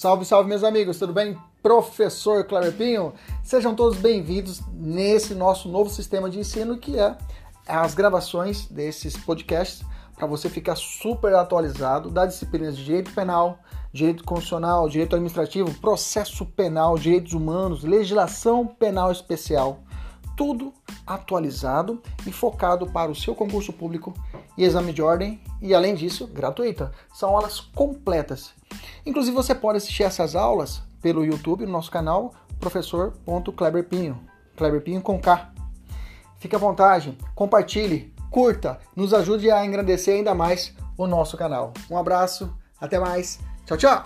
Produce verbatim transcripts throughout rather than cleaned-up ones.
Salve, salve, meus amigos, tudo bem? Professor Kleber Pinho, sejam todos bem-vindos nesse nosso novo sistema de ensino, que é as gravações desses podcasts, para você ficar super atualizado das disciplinas de direito penal, direito constitucional, direito administrativo, processo penal, direitos humanos, legislação penal especial, tudo atualizado e focado para o seu concurso público e exame de ordem, e além disso, gratuita. São aulas completas. Inclusive, você pode assistir essas aulas pelo YouTube, no nosso canal, professor ponto kleber pinho, Kleber Pinho com K. Fique à vontade, compartilhe, curta, nos ajude a engrandecer ainda mais o nosso canal. Um abraço, até mais, tchau, tchau!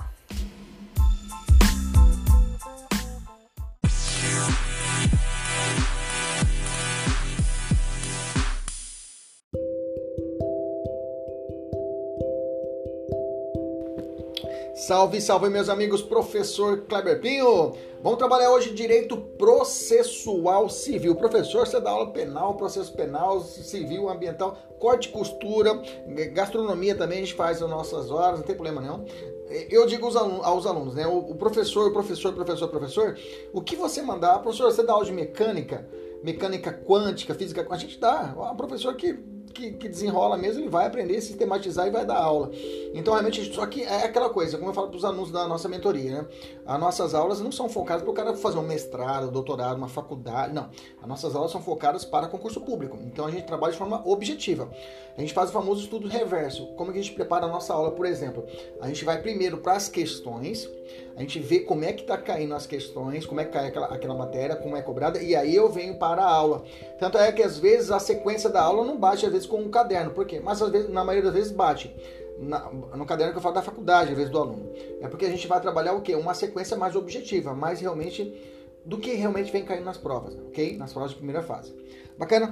Salve, salve, meus amigos, professor Kleber Pinho. Vamos trabalhar hoje direito processual civil. Professor, você dá aula penal, processo penal, civil, ambiental, corte e costura, gastronomia também a gente faz nas nossas horas, não tem problema não. Eu digo aos alunos, aos alunos, né? O professor, professor, professor, professor, o que você mandar, professor, você dá aula de mecânica, mecânica quântica, física quântica, a gente dá. O professor que Que, que desenrola mesmo, ele vai aprender, sistematizar e vai dar aula. Então, realmente, só que é aquela coisa, como eu falo para os alunos da nossa mentoria, né? As nossas aulas não são focadas para o cara fazer um mestrado, um doutorado, uma faculdade, não. As nossas aulas são focadas para concurso público. Então, a gente trabalha de forma objetiva. A gente faz o famoso estudo reverso. Como que a gente prepara a nossa aula, por exemplo? A gente vai primeiro para as questões, a gente vê como é que está caindo as questões, como é que cai aquela, aquela matéria, como é cobrada, e aí eu venho para a aula. Tanto é que, às vezes, a sequência da aula não bate, às vezes, com um caderno. Por quê? Mas, às vezes, na maioria das vezes, bate. Na, no caderno que eu falo da faculdade, às vezes, do aluno. É porque a gente vai trabalhar o quê? Uma sequência mais objetiva, mais realmente do que realmente vem caindo nas provas, ok? Nas provas de primeira fase. Bacana?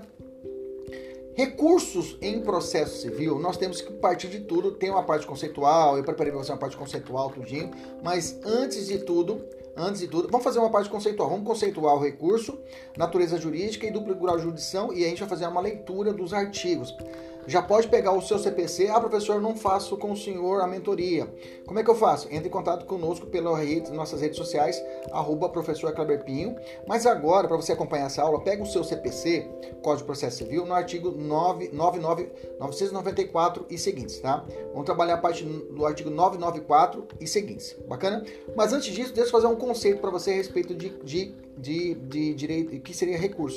Recursos em processo civil, nós temos que partir de tudo, tem uma parte conceitual, eu preparei para você uma parte conceitual, tudinho, mas antes de tudo, antes de tudo, vamos fazer uma parte conceitual, vamos conceituar o recurso, natureza jurídica e dupla grau de jurisdição, e a gente vai fazer uma leitura dos artigos. Já pode pegar o seu C P C, ah, professor, não faço com o senhor a mentoria. Como é que eu faço? Entre em contato conosco pelas redes, nossas redes sociais, arroba professor Kleber Pinho. Mas agora, para você acompanhar essa aula, pega o seu C P C, Código de Processo Civil, no artigo novecentos e noventa e quatro e seguintes, tá? Vamos trabalhar a parte do artigo novecentos e noventa e quatro e seguintes, bacana? Mas antes disso, deixa eu fazer um conceito para você a respeito de, de, de, de direito, que seria recurso.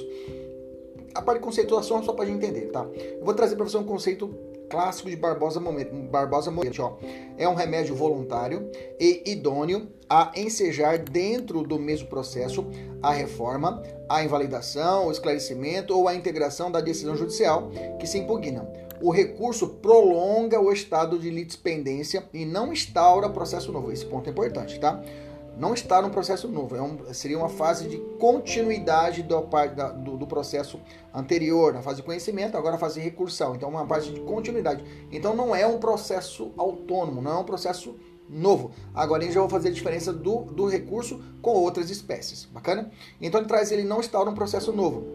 A parte de conceituação é só para a gente entender, tá? Eu vou trazer para você um conceito clássico de Barbosa Barbosa Moreira, ó. É um remédio voluntário e idôneo a ensejar dentro do mesmo processo a reforma, a invalidação, o esclarecimento ou a integração da decisão judicial que se impugna. O recurso prolonga o estado de litispendência e não instaura processo novo. Esse ponto é importante, tá? Não está num processo novo, é um, seria uma fase de continuidade do, do, do processo anterior, na fase de conhecimento, agora na fase de recursão, então uma fase de continuidade. Então não é um processo autônomo, não é um processo novo. Agora a gente já vai fazer a diferença do, do recurso com outras espécies, bacana? Então ele traz, ele não instaura um processo novo.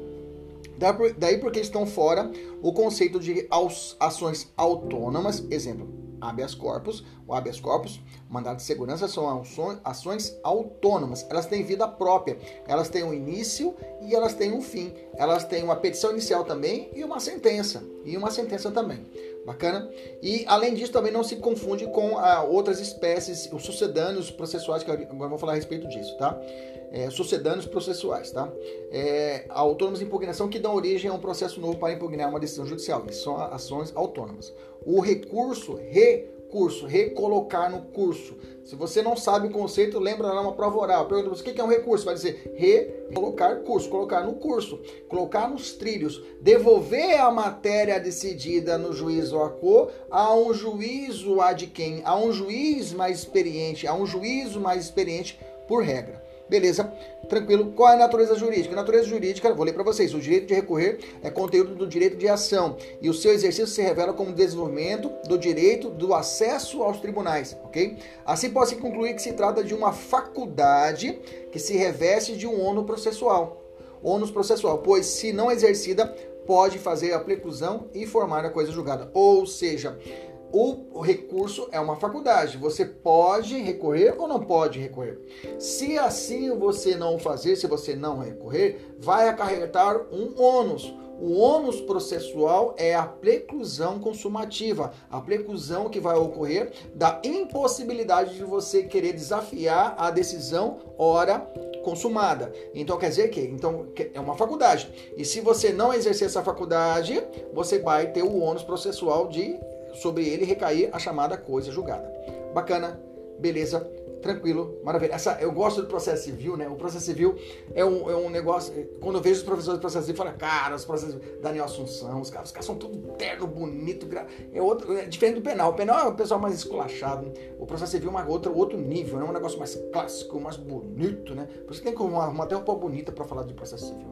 Daí porque estão fora o conceito de ações autônomas, exemplo, habeas corpus, o habeas corpus, mandado de segurança são ações autônomas, elas têm vida própria, elas têm um início e elas têm um fim, elas têm uma petição inicial também e uma sentença, e uma sentença também, bacana? E além disso também não se confunde com ah, outras espécies, os sucedâneos processuais, que agora eu vou falar a respeito disso, tá? É, sucedâneos processuais, tá? É, autônomos de impugnação que dão origem a um processo novo para impugnar uma decisão judicial. Isso são ações autônomas. O recurso, recurso, recolocar no curso. Se você não sabe o conceito, lembra lá uma prova oral. Pergunta você, o que é um recurso? Vai dizer recolocar curso, colocar no curso, colocar nos trilhos, devolver a matéria decidida no juízo ou acordo a um juízo ad quem, a um juiz mais experiente, a um juízo mais experiente por regra. Beleza? Tranquilo. Qual é a natureza jurídica? A natureza jurídica, vou ler para vocês, o direito de recorrer é conteúdo do direito de ação e o seu exercício se revela como desenvolvimento do direito do acesso aos tribunais, ok? Assim pode-se concluir que se trata de uma faculdade que se reveste de um ônus processual. Ônus processual, pois se não exercida, pode fazer a preclusão e formar a coisa julgada. Ou seja, o recurso é uma faculdade. Você pode recorrer ou não pode recorrer. Se assim você não fazer, se você não recorrer, vai acarretar um ônus. O ônus processual é a preclusão consumativa, a preclusão que vai ocorrer da impossibilidade de você querer desafiar a decisão ora consumada. Então quer dizer que então, é uma faculdade. E se você não exercer essa faculdade, você vai ter o ônus processual de sobre ele recair a chamada coisa julgada. Bacana, beleza, tranquilo, maravilha. Essa, eu gosto do processo civil, né? O processo civil é um, é um negócio... Quando eu vejo os professores do processo civil, eu falo, cara, os processos... Daniel Assunção, os caras, os caras são tudo terno, bonito, gra... é, outro, é diferente do penal. O penal é o pessoal mais esculachado. O processo civil é uma outra, outro nível, é né? Um negócio mais clássico, mais bonito, né? Por isso que tem que arrumar até uma roupa bonita para falar de processo civil.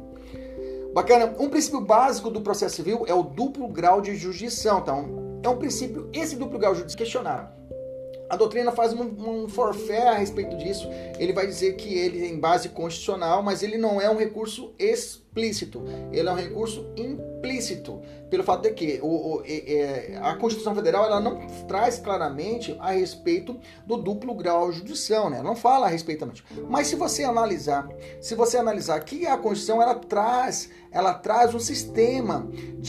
Bacana. Um princípio básico do processo civil é o duplo grau de jurisdição. Então, é um princípio, esse duplo grau de jurisdição, questionaram. A doutrina faz um, um forfé a respeito disso. Ele vai dizer que ele tem base constitucional, mas ele não é um recurso explícito. Ele é um recurso implícito. Pelo fato de que o, o, é, a Constituição Federal ela não traz claramente a respeito do duplo grau de jurisdição, né? Ela não fala a respeito. Mas se você analisar, se você analisar que a Constituição ela traz, ela traz um sistema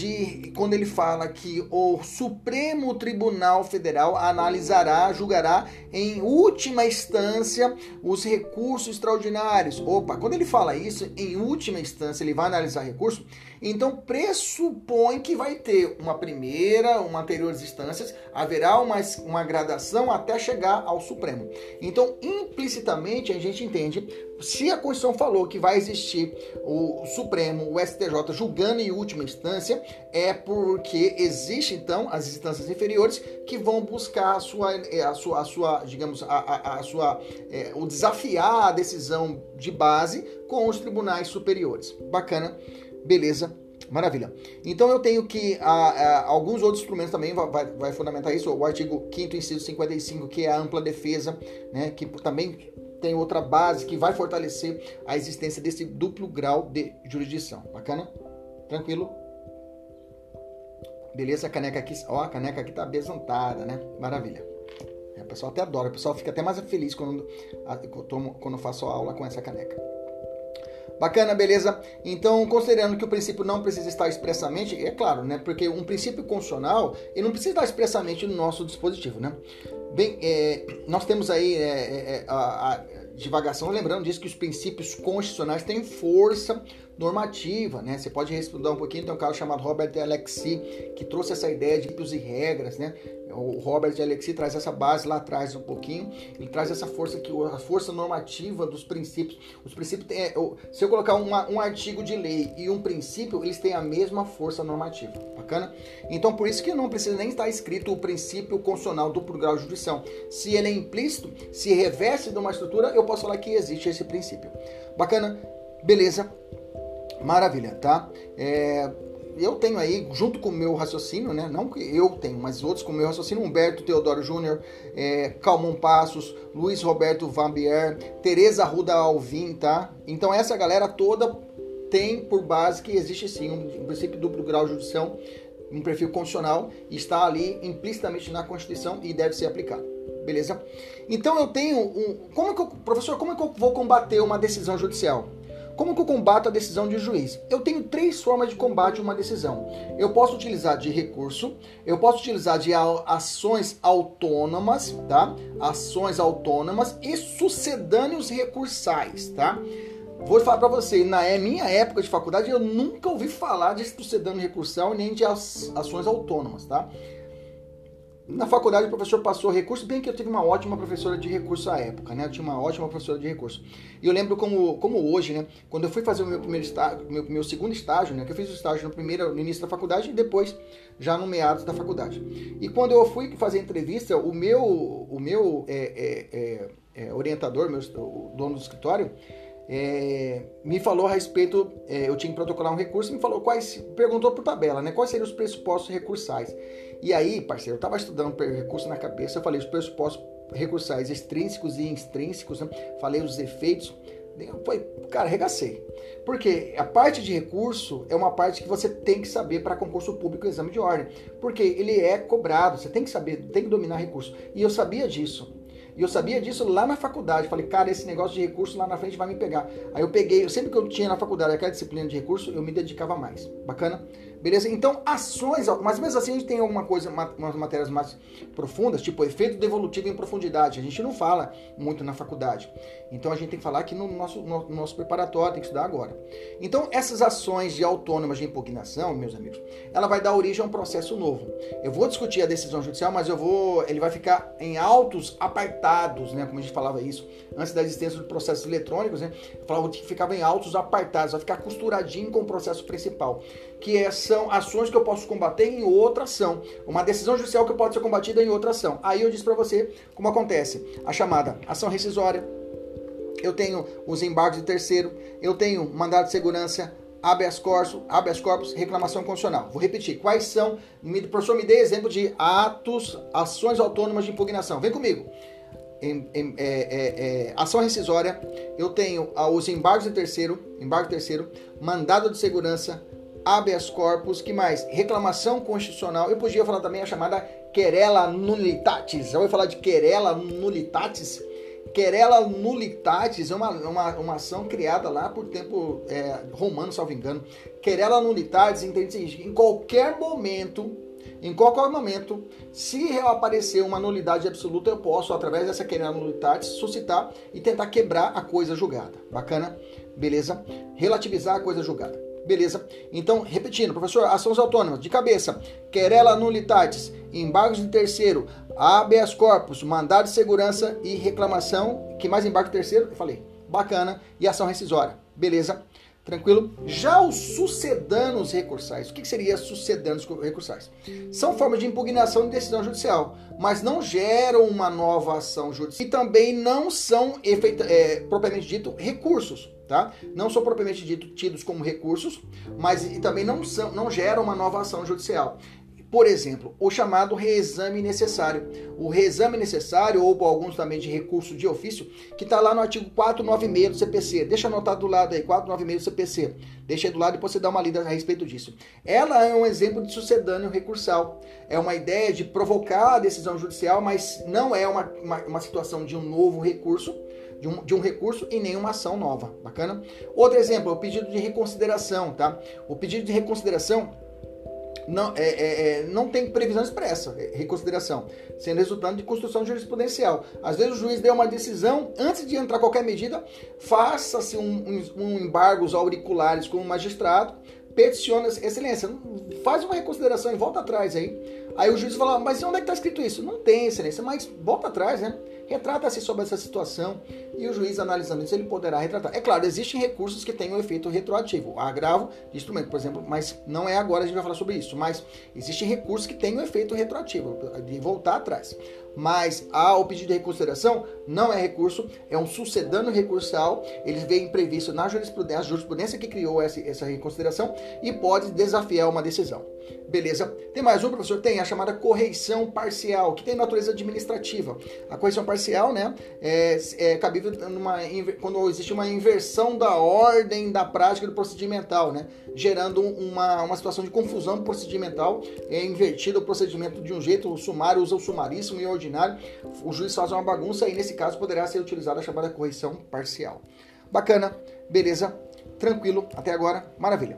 de quando ele fala que o Supremo Tribunal Federal analisará, julgará em última instância os recursos extraordinários. Opa, quando ele fala isso, em última instância ele vai analisar recurso, então pressupõe que vai ter uma primeira, uma anteriores instâncias, haverá uma, uma gradação até chegar ao Supremo. Então, implicitamente, a gente entende, se a Constituição falou que vai existir o Supremo, o S T J julgando em última instância, é porque existe, então, as instâncias inferiores que vão buscar a sua, a sua, a sua digamos, a, a, a sua, é, o desafiar a decisão de base com os tribunais superiores. Bacana, beleza. Maravilha. Então eu tenho que a, a, alguns outros instrumentos também vai, vai, vai fundamentar isso. O artigo quinto inciso cinquenta e cinco, que é a ampla defesa, né, que também tem outra base que vai fortalecer a existência desse duplo grau de jurisdição. Bacana? Tranquilo? Beleza? A caneca aqui, ó, a caneca aqui tá besuntada, né? Maravilha. É, o pessoal até adora, o pessoal fica até mais feliz quando, quando eu faço aula com essa caneca. Bacana, beleza? Então, considerando que o princípio não precisa estar expressamente, é claro, né? Porque um princípio constitucional, ele não precisa estar expressamente no nosso dispositivo, né? Bem, é, nós temos aí é, é, a, a divagação, lembrando disso que os princípios constitucionais têm força normativa, né? Você pode estudar um pouquinho, tem um cara chamado Robert Alexis, que trouxe essa ideia de princípios e regras, né? O Robert Alexis traz essa base lá atrás um pouquinho, ele traz essa força, que, a força normativa dos princípios. Os princípios têm, é, se eu colocar uma, um artigo de lei e um princípio, eles têm a mesma força normativa, bacana? Então, por isso que não precisa nem estar escrito o princípio constitucional duplo grau de jurisdição. Se ele é implícito, se reveste de uma estrutura, eu posso falar que existe esse princípio. Bacana? Beleza? Maravilha, tá? É, eu tenho aí, junto com o meu raciocínio, né? Não que eu tenho, mas outros com o meu raciocínio, Humberto Teodoro Júnior, é, Calmon Passos, Luiz Roberto Vambier, Tereza Arruda Alvim, tá? Então essa galera toda tem por base que existe sim um, um princípio duplo grau de jurisdição, um perfil constitucional, está ali implicitamente na Constituição e deve ser aplicado. Beleza? Então eu tenho um... Como que eu, professor, como é que eu vou combater uma decisão judicial? Como que eu combato a decisão de juiz? Eu tenho três formas de combate a uma decisão. Eu posso utilizar de recurso, eu posso utilizar de ações autônomas, tá? Ações autônomas e sucedâneos recursais, tá? Vou falar para você, na minha época de faculdade, eu nunca ouvi falar de sucedâneo recursal nem de ações autônomas, tá? Na faculdade o professor passou recurso, bem que eu tive uma ótima professora de recurso à época, né? Eu tinha uma ótima professora de recurso. E eu lembro como, como hoje, né? Quando eu fui fazer o meu primeiro estágio, meu, meu segundo estágio, né? Que eu fiz o estágio no primeiro, no início da faculdade e depois já no meados da faculdade. E quando eu fui fazer a entrevista, o meu, o meu é, é, é, orientador, meu, o dono do escritório, É, me falou a respeito, é, eu tinha que protocolar um recurso, me falou quais, perguntou por tabela, né, quais seriam os pressupostos recursais. E aí, parceiro, eu estava estudando recurso na cabeça, eu falei os pressupostos recursais extrínsecos e extrínsecos, né, falei os efeitos, Foi, cara, arregacei. Porque a parte de recurso é uma parte que você tem que saber para concurso público e exame de ordem. Porque ele é cobrado, você tem que saber, tem que dominar recurso. E eu sabia disso. E eu sabia disso lá na faculdade. Falei, cara, esse negócio de recurso lá na frente vai me pegar. Aí eu peguei, sempre que eu tinha na faculdade aquela disciplina de recurso, eu me dedicava mais. Bacana? Beleza? Então, ações, mas mesmo assim a gente tem alguma coisa, umas matérias mais profundas, tipo efeito devolutivo em profundidade. A gente não fala muito na faculdade. Então a gente tem que falar aqui no nosso, no, no nosso preparatório, tem que estudar agora. Então, essas ações de autônomas de impugnação, meus amigos, ela vai dar origem a um processo novo. Eu vou discutir a decisão judicial, mas eu vou, ele vai ficar em autos apartados, né? Como a gente falava isso, antes da existência de processos eletrônicos, né? Eu falava que ficava em autos apartados, vai ficar costuradinho com o processo principal, que é, são ações que eu posso combater em outra ação, uma decisão judicial que pode ser combatida em outra ação. Aí eu disse para você como acontece a chamada ação rescisória, eu tenho os embargos de terceiro, eu tenho mandado de segurança, habeas corpus, habeas corpus, reclamação constitucional. Vou repetir, quais são, o professor me dê exemplo de atos, ações autônomas de impugnação. Vem comigo. Em, em, é, é, é, ação rescisória, eu tenho os embargos de terceiro, embargo de terceiro, mandado de segurança, habeas corpus, que mais? Reclamação constitucional. Eu podia falar também a chamada querela nullitatis. Já vou falar de querela nullitatis. Querela nullitatis é uma, uma, uma ação criada lá por tempo é, romano, salvo engano. Querela nullitatis entende o seguinte: em qualquer momento, em qualquer momento, se aparecer uma nulidade absoluta, eu posso, através dessa querela nullitatis, suscitar e tentar quebrar a coisa julgada. Bacana? Beleza? Relativizar a coisa julgada. Beleza? Então, repetindo, professor, ações autônomas, de cabeça, querela nullitatis, embargos de terceiro, habeas corpus, mandado de segurança e reclamação, que mais embargo de terceiro? Eu falei, bacana, e ação rescisória. Beleza? Tranquilo? Já os sucedâneos recursais, o que seria sucedâneos recursais? São formas de impugnação de decisão judicial, mas não geram uma nova ação judicial e também não são, efeita, é, propriamente dito, recursos. Tá? Não são propriamente dito tidos como recursos, mas e também não, são, não geram uma nova ação judicial. Por exemplo, o chamado reexame necessário. O reexame necessário, ou alguns também de recurso de ofício, que está lá no artigo quatrocentos e noventa e seis do C P C. Deixa anotado do lado aí, quatrocentos e noventa e seis do C P C. Deixa aí do lado e depois você dá uma lida a respeito disso. Ela é um exemplo de sucedâneo recursal. É uma ideia de provocar a decisão judicial, mas não é uma, uma, uma situação de um novo recurso, De um, de um recurso e nenhuma ação nova. Bacana? Outro exemplo é o pedido de reconsideração, tá? O pedido de reconsideração não, é, é, não tem previsão expressa, é, reconsideração, sendo resultado de construção jurisprudencial. Às vezes o juiz deu uma decisão, antes de entrar qualquer medida, faça-se um, um, um embargos auriculares com o magistrado, peticiona, excelência, faz uma reconsideração e volta atrás aí. Aí o juiz fala, mas onde é que está escrito isso? Não tem, excelência, mas volta atrás, né? Retrata-se sobre essa situação e o juiz, analisando isso, ele poderá retratar. É claro, existem recursos que têm um efeito retroativo, agravo de instrumento, por exemplo, mas não é agora, a gente vai falar sobre isso, mas existem recursos que têm um efeito retroativo, de voltar atrás. Mas a, o pedido de reconsideração não é recurso, é um sucedâneo recursal, ele vem previsto na jurisprudência, a jurisprudência que criou essa, essa reconsideração e pode desafiar uma decisão. Beleza? Tem mais um, professor? Tem a chamada correição parcial, que tem natureza administrativa. A correição parcial, né, é, é cabível numa, quando existe uma inversão da ordem da prática do procedimental, né, gerando uma, uma situação de confusão procedimental, é invertido o procedimento de um jeito, o sumário usa o sumaríssimo e o ordinário, o juiz faz uma bagunça e nesse caso poderá ser utilizada a chamada correição parcial. Bacana, beleza, tranquilo, até agora, maravilha.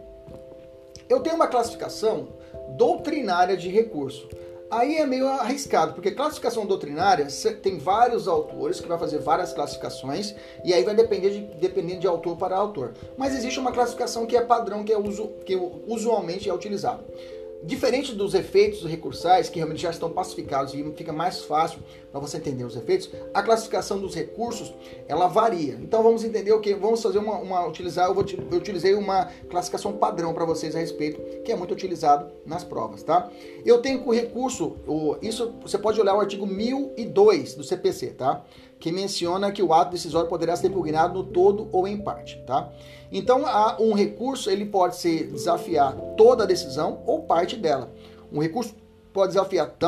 Eu tenho uma classificação doutrinária de recurso. Aí é meio arriscado, porque classificação doutrinária tem vários autores que vai fazer várias classificações e aí vai depender de, dependendo de autor para autor. Mas existe uma classificação que é padrão, que, é uso, que usualmente é utilizado. Diferente dos efeitos recursais, que realmente já estão pacificados e fica mais fácil para você entender os efeitos, a classificação dos recursos, ela varia. Então vamos entender o que? Vamos fazer uma, uma utilizar, eu, vou, eu utilizei uma classificação padrão para vocês a respeito, que é muito utilizado nas provas, tá? Eu tenho com o recurso, o, isso você pode olhar o artigo mil e dois do C P C, tá? Que menciona que o ato decisório poderá ser impugnado no todo ou em parte, tá? Então, há um recurso, ele pode ser desafiar toda a decisão ou parte dela. Um recurso pode desafiar, então,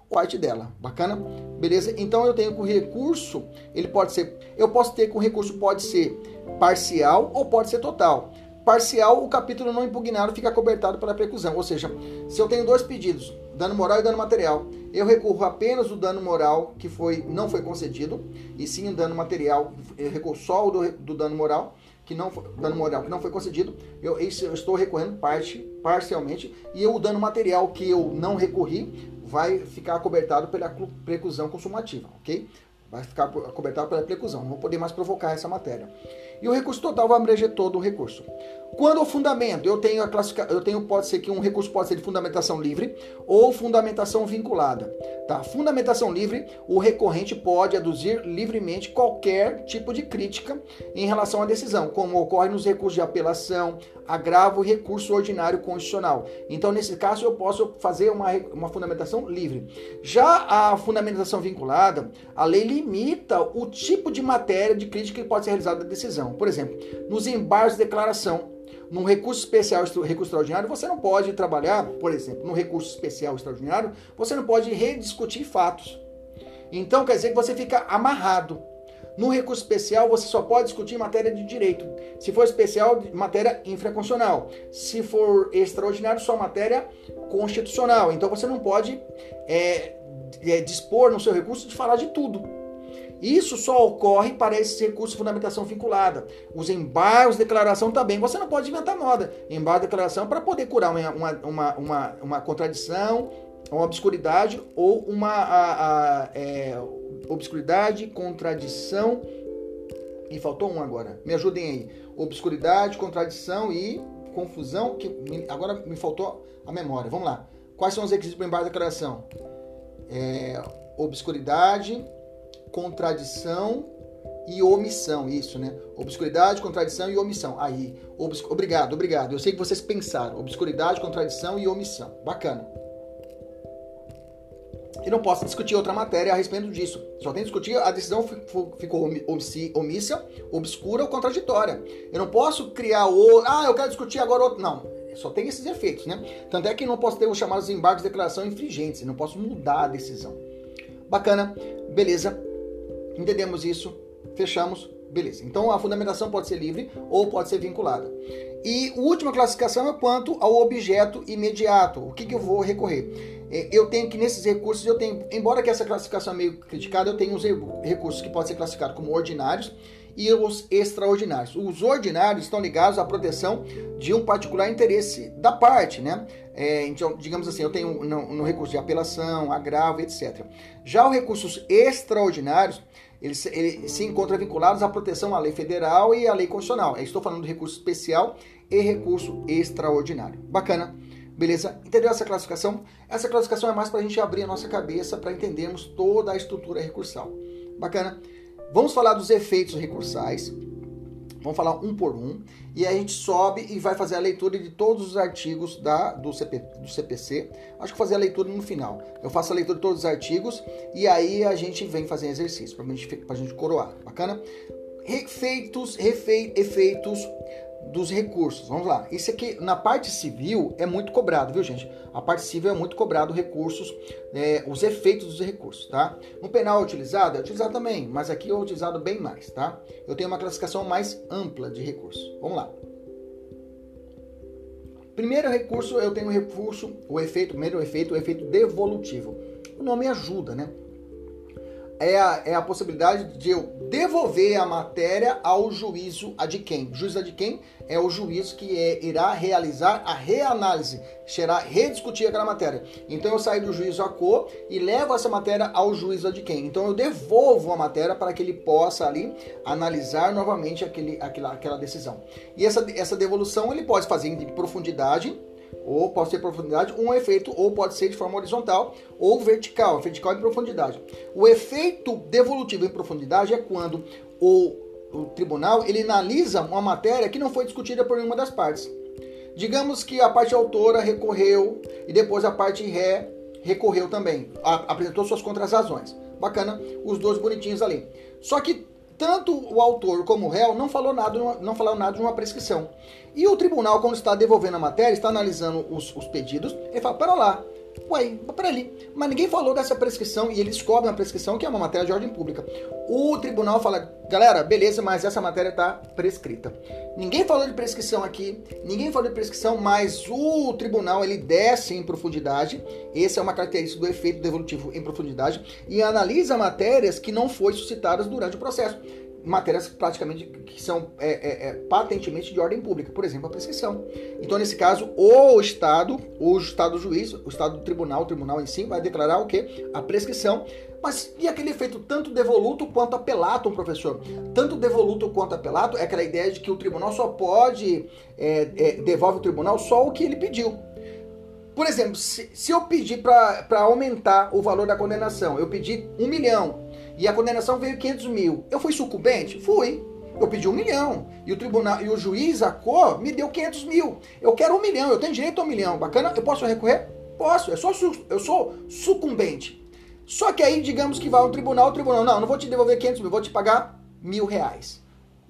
parte dela. Bacana? Beleza? Então eu tenho que o recurso, ele pode ser, eu posso ter que o recurso pode ser parcial ou pode ser total. Parcial, o capítulo não impugnado fica cobertado pela preclusão. Ou seja, se eu tenho dois pedidos, dano moral e dano material, eu recorro apenas o dano moral que foi, não foi concedido, e sim o dano material, eu recorro só o do, do dano moral, que não foi, dano moral que não foi concedido, eu, eu estou recorrendo parte, parcialmente, e o dano material que eu não recorri vai ficar cobertado pela preclusão consumativa, ok? Vai ficar cobertado pela preclusão, não vou poder mais provocar essa matéria. E o recurso total vai abranger todo o recurso. Quando o fundamento, eu tenho a classificação, eu tenho, pode ser que um recurso pode ser de fundamentação livre ou fundamentação vinculada. Tá? Fundamentação livre, o recorrente pode aduzir livremente qualquer tipo de crítica em relação à decisão, como ocorre nos recursos de apelação, agravo e recurso ordinário constitucional. Então, nesse caso, eu posso fazer uma, uma fundamentação livre. Já a fundamentação vinculada, a lei limita o tipo de matéria de crítica que pode ser realizada da decisão. Por exemplo, nos embargos de declaração, num recurso especial recurso extraordinário, você não pode trabalhar, por exemplo, no recurso especial extraordinário, você não pode rediscutir fatos. Então, quer dizer que você fica amarrado. No recurso especial, você só pode discutir matéria de direito. Se for especial, matéria infraconstitucional. Se for extraordinário, só matéria constitucional. Então, você não pode é, é, dispor no seu recurso de falar de tudo. Isso só ocorre para esses recursos de fundamentação vinculada. Os embargos de declaração também. Você não pode inventar moda. Embargo de declaração para poder curar uma, uma, uma, uma contradição, uma obscuridade ou uma a, a, é, obscuridade, contradição. E faltou um agora. Me ajudem aí. Obscuridade, contradição e confusão. Que agora me faltou a memória. Vamos lá. Quais são os requisitos para o embargo de declaração? É, obscuridade, contradição e omissão, isso, né? Obscuridade, contradição e omissão. Aí, obs... obrigado, obrigado. Eu sei que vocês pensaram. Obscuridade, contradição e omissão. Bacana. Eu não posso discutir outra matéria a respeito disso. Só tem que discutir a decisão ficou omissa, obscura ou contraditória. Eu não posso criar o... Ah, eu quero discutir agora outro... Não. Só tem esses efeitos, né? Tanto é que não posso ter os chamados embargos de declaração infringentes. Eu não posso mudar a decisão. Bacana. Beleza. Entendemos isso, fechamos, beleza. Então a fundamentação pode ser livre ou pode ser vinculada. E a última classificação é quanto ao objeto imediato. O que, que eu vou recorrer? Eu tenho que nesses recursos, eu tenho, embora que essa classificação é meio criticada, eu tenho os recursos que podem ser classificados como ordinários e os extraordinários. Os ordinários estão ligados à proteção de um particular interesse da parte, né? É, então, digamos assim, eu tenho no, no recurso de apelação, agravo, etcétera. Já os recursos extraordinários, eles, eles se encontram vinculados à proteção à lei federal e à lei constitucional. Eu estou falando de recurso especial e recurso extraordinário. Bacana? Beleza? Entendeu essa classificação? Essa classificação é mais para a gente abrir a nossa cabeça para entendermos toda a estrutura recursal. Bacana? Vamos falar dos efeitos recursais. Vamos falar um por um. E aí a gente sobe e vai fazer a leitura de todos os artigos da, do, C P, do C P C. Acho que fazer a leitura no final. Eu faço a leitura de todos os artigos e aí a gente vem fazer exercício para gente, a gente coroar. Bacana? Efeitos, refe, efeitos dos recursos. Vamos lá. Isso aqui, na parte civil, é muito cobrado, viu, gente? A parte civil é muito cobrado recursos, é, os efeitos dos recursos, tá? No penal é utilizado? É utilizado também, mas aqui é utilizado bem mais, tá? Eu tenho uma classificação mais ampla de recursos. Vamos lá. Primeiro recurso, eu tenho o recurso, o efeito, primeiro efeito, o efeito devolutivo. O nome ajuda, né? É a, é a possibilidade de eu devolver a matéria ao juízo a de quem? Juízo a de quem? É o juízo que é, irá realizar a reanálise, será rediscutir aquela matéria. Então eu saio do juízo a cor e levo essa matéria ao juízo a de quem? Então eu devolvo a matéria para que ele possa ali analisar novamente aquele, aquela, aquela decisão. E essa, essa devolução ele pode fazer em profundidade, ou pode ser profundidade, um efeito, ou pode ser de forma horizontal ou vertical, vertical em profundidade. O efeito devolutivo em profundidade é quando o, o tribunal ele analisa uma matéria que não foi discutida por nenhuma das partes. Digamos que a parte autora recorreu e depois a parte ré recorreu também, a, apresentou suas contrarrazões. Bacana, os dois bonitinhos ali. Só que tanto o autor como o réu não falou nada, não falaram nada de uma prescrição. E o tribunal, quando está devolvendo a matéria, está analisando os, os pedidos, ele fala, para lá, Ué, peraí, mas ninguém falou dessa prescrição e eles cobram a prescrição, que é uma matéria de ordem pública. O tribunal fala, galera, beleza, mas essa matéria está prescrita. Ninguém falou de prescrição aqui, ninguém falou de prescrição, mas o tribunal, ele desce em profundidade, essa é uma característica do efeito devolutivo em profundidade, e analisa matérias que não foram suscitadas durante o processo. Matérias praticamente que são é, é, é, patentemente de ordem pública, por exemplo, a prescrição. Então, nesse caso, o Estado, o Estado juiz, o Estado do tribunal, o tribunal em si, vai declarar o quê? A prescrição. Mas e aquele efeito tanto devoluto quanto apelato, professor? Tanto devoluto quanto apelato é aquela ideia de que o tribunal só pode, é, é, devolve ao tribunal só o que ele pediu. Por exemplo, se, se eu pedir para aumentar o valor da condenação, eu pedi um milhão, e a condenação veio quinhentos mil. Eu fui sucumbente? Fui. Eu pedi um milhão. E o tribunal, e o juiz, a cor, me deu quinhentos mil. Eu quero um milhão, eu tenho direito a um milhão. Bacana? Eu posso recorrer? Posso. Eu sou, eu sou sucumbente. Só que aí, digamos que vai ao tribunal, o tribunal, não, não vou te devolver quinhentos mil, vou te pagar mil reais.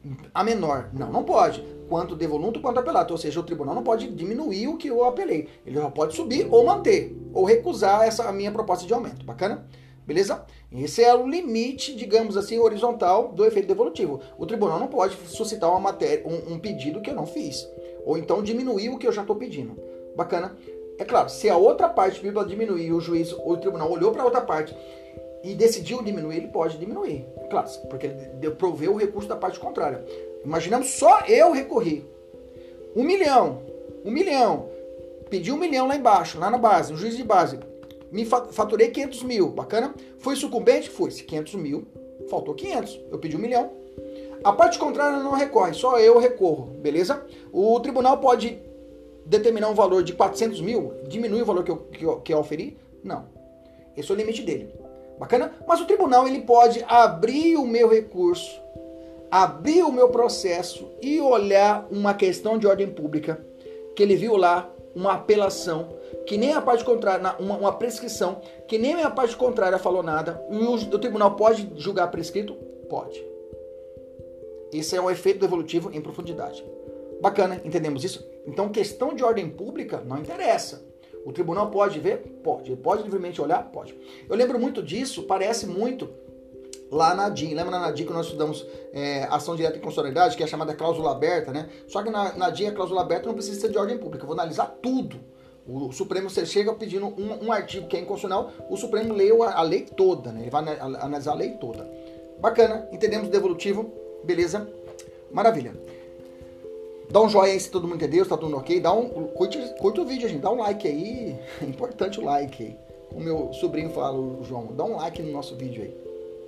A menor. Não, não pode. Quanto devoluto, quanto apelato. Ou seja, o tribunal não pode diminuir o que eu apelei. Ele só pode subir ou manter. Ou recusar essa a minha proposta de aumento. Bacana? Beleza? Esse é o limite, digamos assim, horizontal do efeito devolutivo. O tribunal não pode suscitar uma matéria, um, um pedido que eu não fiz. Ou então diminuir o que eu já estou pedindo. Bacana? É claro, se a outra parte pediu para diminuir, o juiz ou o tribunal olhou para a outra parte e decidiu diminuir, ele pode diminuir. Claro, porque ele proveu o recurso da parte contrária. Imaginamos só eu recorrer. Um milhão. Um milhão. Pedi um milhão lá embaixo, lá na base, no juiz de base. Me faturei quinhentos mil, bacana? Fui sucumbente? Fui. quinhentos mil, faltou quinhentos. Eu pedi um milhão. A parte contrária não recorre, só eu recorro, beleza? O tribunal pode determinar um valor de quatrocentos mil, diminui o valor que eu, que eu, que eu oferi? Não. Esse é o limite dele. Bacana? Mas o tribunal ele pode abrir o meu recurso, abrir o meu processo e olhar uma questão de ordem pública, que ele viu lá, uma apelação, que nem a parte contrária, uma, uma prescrição, que nem a parte contrária falou nada, e o, o tribunal pode julgar prescrito? Pode. Esse é um efeito devolutivo em profundidade. Bacana, entendemos isso? Então, questão de ordem pública não interessa. O tribunal pode ver? Pode. Ele pode livremente olhar? Pode. Eu lembro muito disso, parece muito lá na D I N. Lembra na D I N que nós estudamos é, ação direta em constitucionalidade, que é a chamada cláusula aberta, né? Só que na, na D I N a cláusula aberta não precisa ser de ordem pública. Eu vou analisar tudo. O Supremo, você chega pedindo um, um artigo que é inconstitucional, o Supremo leu a, a lei toda, né? Ele vai analisar a lei toda. Bacana, entendemos o devolutivo, beleza? Maravilha. Dá um joinha aí se todo mundo entendeu, se tá tudo ok. Dá um, curte, curte o vídeo, gente. Dá um like aí. É importante o like aí. O meu sobrinho fala, o João, dá um like no nosso vídeo aí.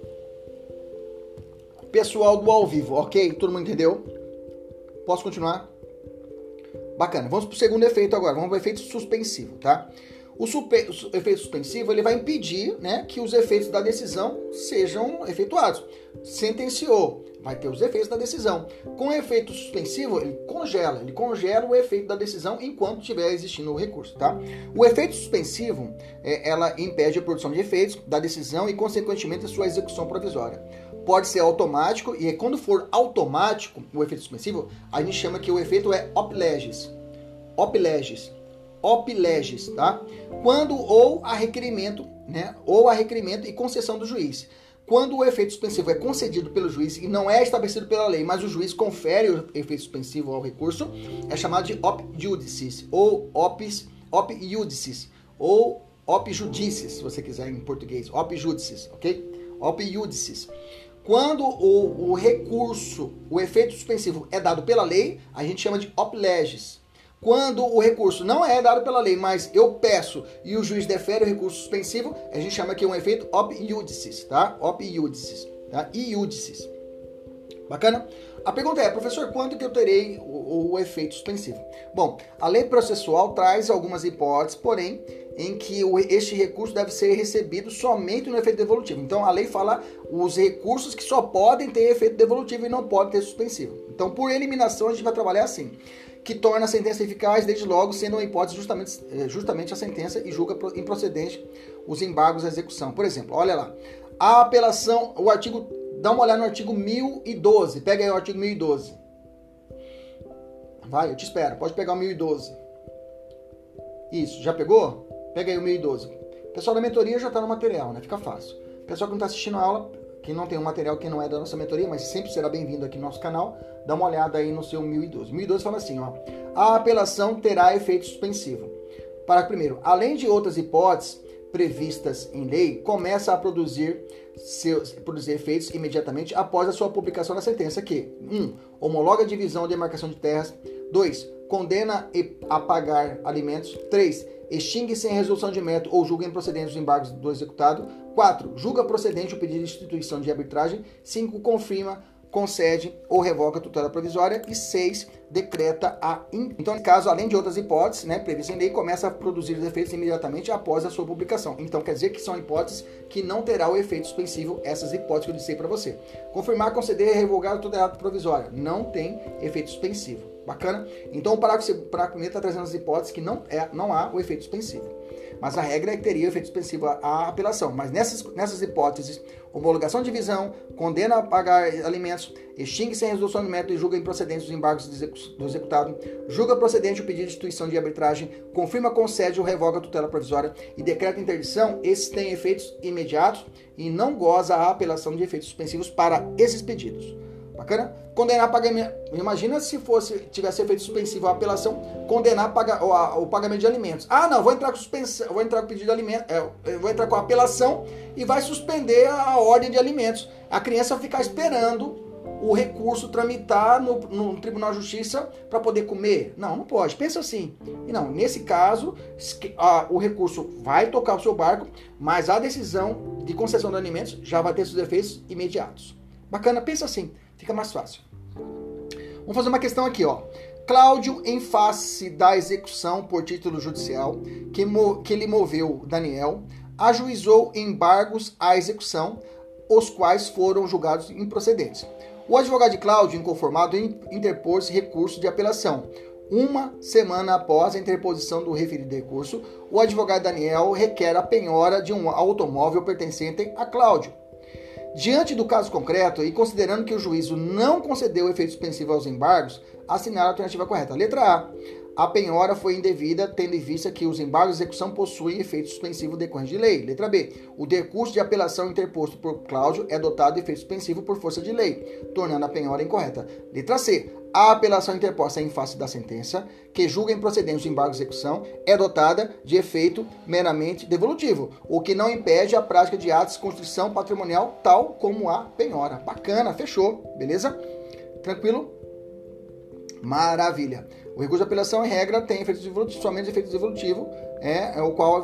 Pessoal do ao vivo, ok? Todo mundo entendeu? Posso continuar? Bacana. Vamos pro segundo efeito agora. Vamos pro efeito suspensivo, tá? O, super, o efeito suspensivo, ele vai impedir, né, que os efeitos da decisão sejam efetuados. Sentenciou, vai ter os efeitos da decisão. Com o efeito suspensivo, ele congela, ele congela o efeito da decisão enquanto estiver existindo o recurso, tá? O efeito suspensivo, é, ela impede a produção de efeitos da decisão e, consequentemente, a sua execução provisória. Pode ser automático, e quando for automático, o efeito suspensivo, a gente chama que o efeito é op legis. Op legis. Op legis, tá? Quando ou a requerimento, né? Ou a requerimento e concessão do juiz. Quando o efeito suspensivo é concedido pelo juiz e não é estabelecido pela lei, mas o juiz confere o efeito suspensivo ao recurso, é chamado de op judicis, ou opis, op judicis, ou op judicis, se você quiser em português, op judicis, ok? Op judicis. Quando o, o recurso, o efeito suspensivo é dado pela lei, a gente chama de op legis. Quando o recurso não é dado pela lei, mas eu peço e o juiz defere o recurso suspensivo, a gente chama aqui um efeito op iudicis, tá? Op iudicis, tá? Iudicis. Bacana? A pergunta é, professor, quando que eu terei o, o efeito suspensivo? Bom, a lei processual traz algumas hipóteses, porém, em que o, este recurso deve ser recebido somente no efeito devolutivo. Então, a lei fala os recursos que só podem ter efeito devolutivo e não podem ter suspensivo. Então, por eliminação, a gente vai trabalhar assim, que torna a sentença eficaz, desde logo, sendo uma hipótese justamente, justamente a sentença e julga improcedente os embargos à execução. Por exemplo, olha lá, a apelação, o artigo, dá uma olhada no artigo mil e doze, pega aí o artigo mil e doze. Vai, eu te espero, pode pegar o mil e doze. Isso, já pegou? Pega aí o mil e doze. O pessoal da mentoria já está no material, né? Fica fácil. O pessoal que não está assistindo a aula, que não tem um material que não é da nossa mentoria, mas sempre será bem-vindo aqui no nosso canal, dá uma olhada aí no seu mil e doze. mil e doze fala assim, ó. A apelação terá efeito suspensivo. Parágrafo primeiro. Além de outras hipóteses previstas em lei, começa a produzir seus produzir efeitos imediatamente após a sua publicação da sentença que um. Homologa a divisão ou demarcação de terras. dois. Condena a pagar alimentos. três. Extingue sem resolução de mérito ou julga improcedente os embargos do executado. quatro. Julga procedente o pedido de instituição de arbitragem. cinco. Confirma, concede ou revoga a tutela provisória. E seis. Decreta a... In... Então, no caso, além de outras hipóteses, né, previstas em lei, começa a produzir os efeitos imediatamente após a sua publicação. Então, quer dizer que são hipóteses que não terá o efeito suspensivo, essas hipóteses que eu disse para você. Confirmar, conceder, revogar a tutela provisória. Não tem efeito suspensivo. Bacana? Então, o parágrafo primeiro está trazendo as hipóteses que não, é, não há o efeito suspensivo. Mas a regra é que teria efeito suspensivo a, a apelação. Mas nessas, nessas hipóteses, homologação de divisão, condena a pagar alimentos, extingue sem resolução de mérito e julga improcedentes os embargos do executado, julga procedente o pedido de instituição de arbitragem, confirma, concede ou revoga a tutela provisória e decreta interdição, esses têm efeitos imediatos e não goza a apelação de efeitos suspensivos para esses pedidos. Bacana? Condenar pagamento. Imagina se fosse tivesse efeito suspensivo a apelação, condenar paga, o, a, o pagamento de alimentos. Ah, não, vou entrar com suspensão, vou entrar com pedido de alimentos, é, vou entrar com a apelação e vai suspender a ordem de alimentos. A criança vai ficar esperando o recurso tramitar no, no Tribunal de Justiça para poder comer. Não, não pode. Pensa assim. E não, nesse caso, a, o recurso vai tocar o seu barco, mas a decisão de concessão de alimentos já vai ter seus efeitos imediatos. Bacana, pensa assim. Fica mais fácil. Vamos fazer uma questão aqui, ó. Cláudio, em face da execução por título judicial que, mo- que lhe moveu Daniel, ajuizou embargos à execução, os quais foram julgados improcedentes. O advogado de Cláudio, inconformado, interpôs recurso de apelação. Uma semana após a interposição do referido recurso, o advogado Daniel requer a penhora de um automóvel pertencente a Cláudio. Diante do caso concreto e considerando que o juízo não concedeu efeito suspensivo aos embargos, assinale a alternativa correta. Letra A. A penhora foi indevida, tendo em vista que os embargos de execução possuem efeito suspensivo decorrente de lei. Letra B. O recurso de apelação interposto por Cláudio é dotado de efeito suspensivo por força de lei, tornando a penhora incorreta. Letra C. A apelação interposta em face da sentença, que julga improcedente os embargos de execução, é dotada de efeito meramente devolutivo, o que não impede a prática de atos de constituição patrimonial, tal como a penhora. Bacana, fechou, beleza? Tranquilo? Maravilha. O recurso de apelação, em regra, tem efeito devolutivo, somente efeito devolutivo, é, é o qual...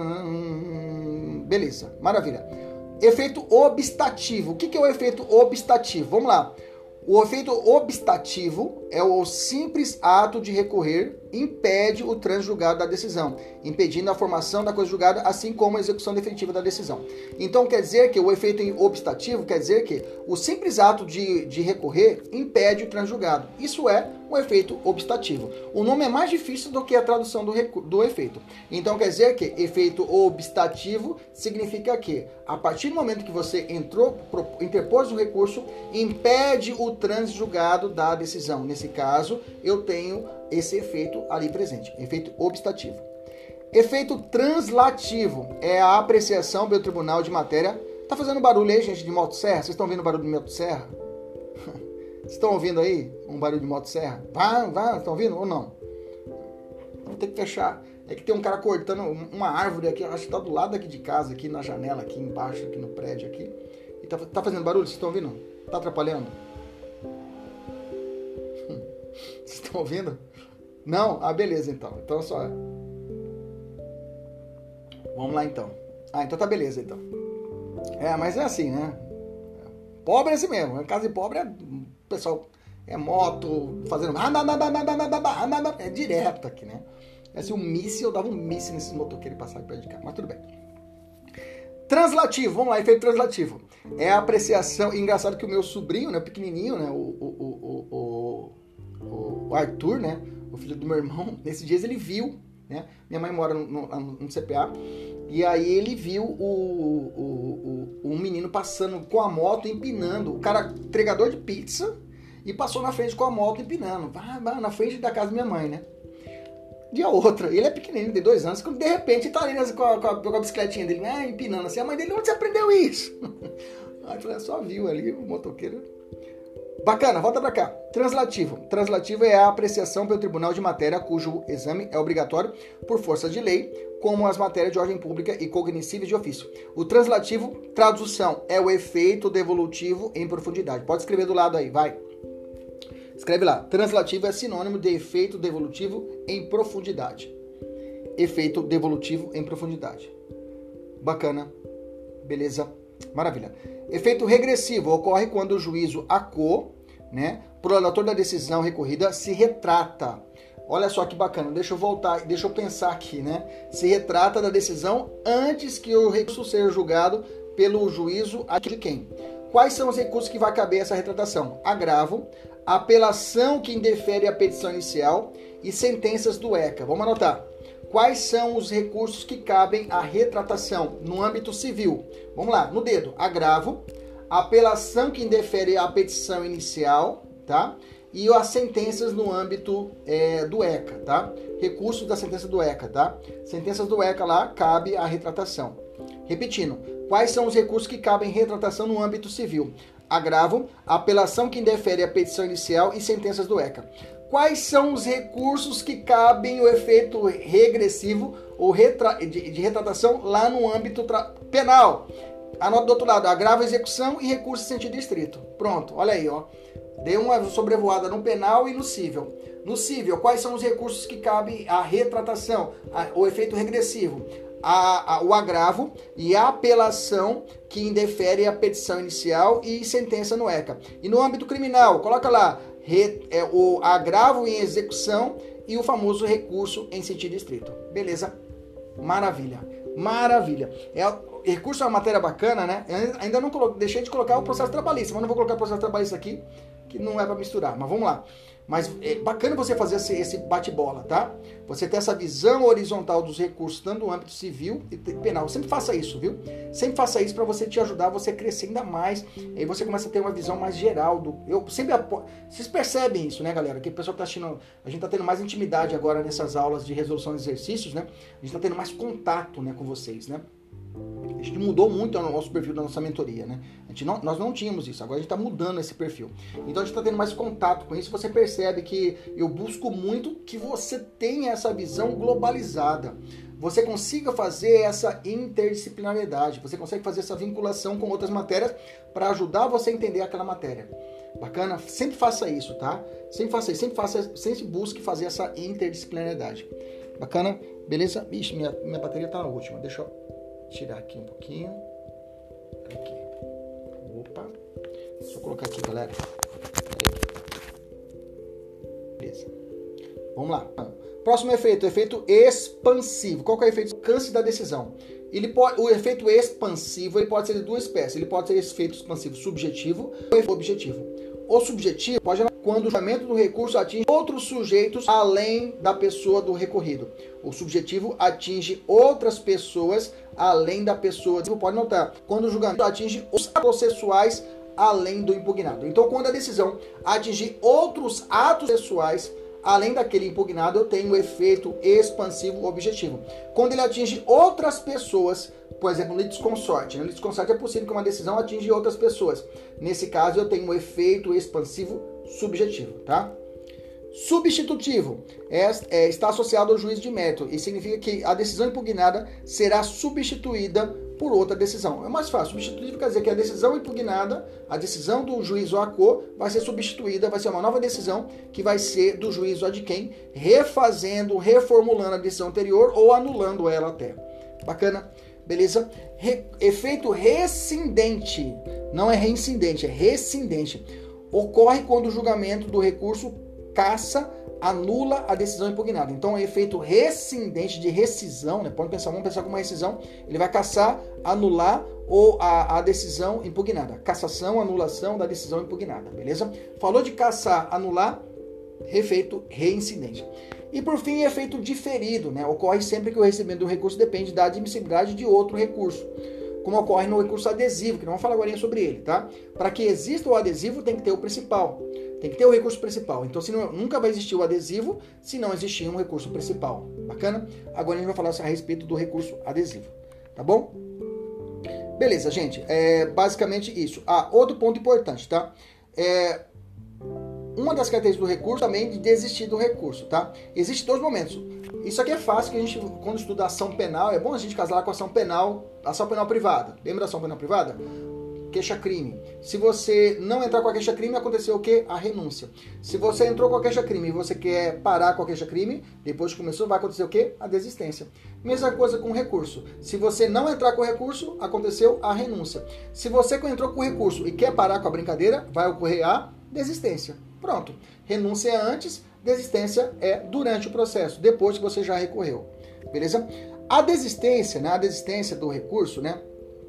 Beleza, maravilha. Efeito obstativo. O que é o efeito obstativo? Vamos lá. O efeito obstativo é o simples ato de recorrer, impede o trânsito julgado da decisão, impedindo a formação da coisa julgada, assim como a execução definitiva da decisão. Então, quer dizer que o efeito obstativo quer dizer que o simples ato de, de recorrer impede o trânsito julgado. Isso é um efeito obstativo. O nome é mais difícil do que a tradução do, do efeito. Então, quer dizer que efeito obstativo significa que, a partir do momento que você entrou, interpôs o recurso, impede o trânsito julgado da decisão. Nesse caso, eu tenho esse efeito ali presente, efeito obstativo. Efeito translativo é a apreciação pelo tribunal de matéria. Tá fazendo barulho aí, gente, de motosserra? Vocês estão ouvindo barulho de motosserra? Vocês estão ouvindo aí um barulho de motosserra? Vai, vai, estão ouvindo ou não? Vou ter que fechar. É que tem um cara cortando uma árvore aqui, acho que tá do lado aqui de casa, aqui na janela, aqui embaixo, aqui no prédio aqui. E tá, tá fazendo barulho? Vocês estão ouvindo? Tá atrapalhando? Vocês estão ouvindo? Não? Ah, beleza então. Então só... Vamos lá então. Ah, então tá beleza então. É, mas é assim, né? Pobre é assim mesmo. Casa de pobre é... O pessoal é moto, fazendo... É direto aqui, né? É assim, um míssil, eu dava um míssil nesses motoqueiros que passavam perto de cá. Mas tudo bem. Translativo, vamos lá, efeito translativo. É a apreciação... Engraçado que o meu sobrinho, né, pequenininho, né, o, o, o, o, o Arthur, né, o filho do meu irmão, nesses dias ele viu, né, minha mãe mora no, no, no C P A, e aí ele viu o, o, o, o menino passando com a moto, empinando, o cara, entregador de pizza, e passou na frente com a moto empinando, vai, vai, na frente da casa da minha mãe, né. dia outra. Ele é pequenininho, tem dois anos, quando de repente tá ali com a, com a, com a bicicletinha dele, né, empinando assim. A mãe dele, onde você aprendeu isso? Aí eu falei, só viu ali o motoqueiro. Bacana, volta pra cá. Translativo. Translativo é a apreciação pelo tribunal de matéria cujo exame é obrigatório por força de lei, como as matérias de ordem pública e cognoscíveis de ofício. O translativo, tradução, é o efeito devolutivo em profundidade. Pode escrever do lado aí, vai. Escreve lá. Translativo é sinônimo de efeito devolutivo em profundidade. Efeito devolutivo em profundidade. Bacana. Beleza. Maravilha. Efeito regressivo ocorre quando o juízo ACO, né, prolator da decisão recorrida, se retrata. Olha só que bacana, deixa eu voltar, deixa eu pensar aqui, né? Se retrata da decisão antes que o recurso seja julgado pelo juízo de quem? Quais são os recursos que vai caber essa retratação? Agravo, apelação que indefere a petição inicial e sentenças do ECA. Vamos anotar. Quais são os recursos que cabem à retratação no âmbito civil? Vamos lá, no dedo. Agravo, apelação que indefere a petição inicial, tá? E as sentenças no âmbito é, do ECA, tá? Recursos da sentença do ECA, tá? Sentenças do ECA lá, cabe a retratação. Repetindo, quais são os recursos que cabem à retratação no âmbito civil? Agravo, apelação que indefere a petição inicial e sentenças do ECA. Quais são os recursos que cabem o efeito regressivo ou retra... de, de retratação lá no âmbito tra... penal? Anota do outro lado, agravo, execução e recurso em sentido estrito. Pronto, olha aí, ó. Dei uma sobrevoada no penal e no cível. No cível, quais são os recursos que cabem à retratação, a, o efeito regressivo? A, a, o agravo e a apelação que indefere a petição inicial e sentença no ECA. E no âmbito criminal, coloca lá, Re, é, o agravo em execução e o famoso recurso em sentido estrito. Beleza? Maravilha. Maravilha. É, recurso é uma matéria bacana, né? Eu ainda não coloquei, deixei de colocar o processo trabalhista, mas não vou colocar o processo trabalhista aqui, que não é para misturar. Mas vamos lá. Mas é bacana você fazer esse, esse bate-bola, tá? Você ter essa visão horizontal dos recursos, tanto no âmbito civil e penal. Sempre faça isso, viu? Sempre faça isso para você te ajudar, você crescer ainda mais. E aí você começa a ter uma visão mais geral do... Eu sempre apo... Vocês percebem isso, né, galera? Que o pessoal tá assistindo... A gente tá tendo mais intimidade agora nessas aulas de resolução de exercícios, né? A gente tá tendo mais contato, né, com vocês, né? A gente mudou muito o nosso perfil da nossa mentoria, né? A gente não, nós não tínhamos isso, agora a gente está mudando esse perfil. Então a gente está tendo mais contato com isso. Você percebe que eu busco muito que você tenha essa visão globalizada. Você consiga fazer essa interdisciplinariedade, você consegue fazer essa vinculação com outras matérias para ajudar você a entender aquela matéria. Bacana? Sempre faça isso, tá? Sempre faça isso, sempre, faça, sempre busque fazer essa interdisciplinariedade. Bacana? Beleza? Ixi, minha, minha bateria está na última. Deixa eu tirar aqui um pouquinho. Aqui. Opa. Deixa eu colocar aqui, galera. Beleza. Vamos lá. Próximo efeito, efeito expansivo. Qual que é o efeito? Alcance da decisão. Ele pode, o efeito expansivo ele pode ser de duas espécies. Ele pode ser efeito expansivo subjetivo ou objetivo. O subjetivo pode quando o julgamento do recurso atinge outros sujeitos além da pessoa do recorrido. O subjetivo atinge outras pessoas além da pessoa. Você pode notar, quando o julgamento atinge os processuais além do impugnado. Então, quando a decisão atingir outros atos processuais além daquele impugnado, eu tenho o efeito expansivo objetivo. Quando ele atinge outras pessoas, por exemplo, no litisconsorte. No litisconsorte é possível que uma decisão atinja outras pessoas. Nesse caso, eu tenho o efeito expansivo subjetivo, tá? Substitutivo é, é, está associado ao juízo de mérito e significa que a decisão impugnada será substituída por outra decisão. É mais fácil. Substitutivo quer dizer que a decisão impugnada, a decisão do juízo ACO, vai ser substituída, vai ser uma nova decisão que vai ser do juízo ad quem, refazendo, reformulando a decisão anterior ou anulando ela até. Bacana? Beleza? Re, efeito rescindente. Não é reincidente, é rescindente. Ocorre quando o julgamento do recurso cassa, anula a decisão impugnada. Então, é efeito rescindente de rescisão, né? Pode pensar, vamos pensar como uma rescisão. Ele vai cassar, anular ou a, a decisão impugnada. Cassação, anulação da decisão impugnada, beleza? Falou de cassar, anular, efeito reincidente. E por fim, efeito diferido, né? Ocorre sempre que o recebimento do recurso depende da admissibilidade de outro recurso. como ocorre no recurso adesivo, que não vamos falar agora sobre ele, tá? Para que exista o adesivo, tem que ter o principal. Tem que ter o recurso principal. Então, se não, nunca vai existir o adesivo se não existir um recurso principal. Bacana? Agora a gente vai falar a respeito do recurso adesivo. Tá bom? Beleza, gente. É basicamente isso. Ah, outro ponto importante, tá? É, uma das características do recurso também de desistir do recurso, tá? Existem dois momentos. Isso aqui é fácil, que a gente, quando estuda ação penal, é bom a gente casar com ação penal, ação penal privada. Lembra da ação penal privada? Queixa-crime. Se você não entrar com a queixa-crime, aconteceu o quê? A renúncia. Se você entrou com a queixa-crime e você quer parar com a queixa-crime, depois que começou, vai acontecer o quê? A desistência. Mesma coisa com o recurso. Se você não entrar com o recurso, aconteceu a renúncia. Se você entrou com o recurso e quer parar com a brincadeira, vai ocorrer a desistência. Pronto. Renúncia é antes, desistência é durante o processo, depois que você já recorreu. Beleza? A desistência, né? A desistência do recurso, né?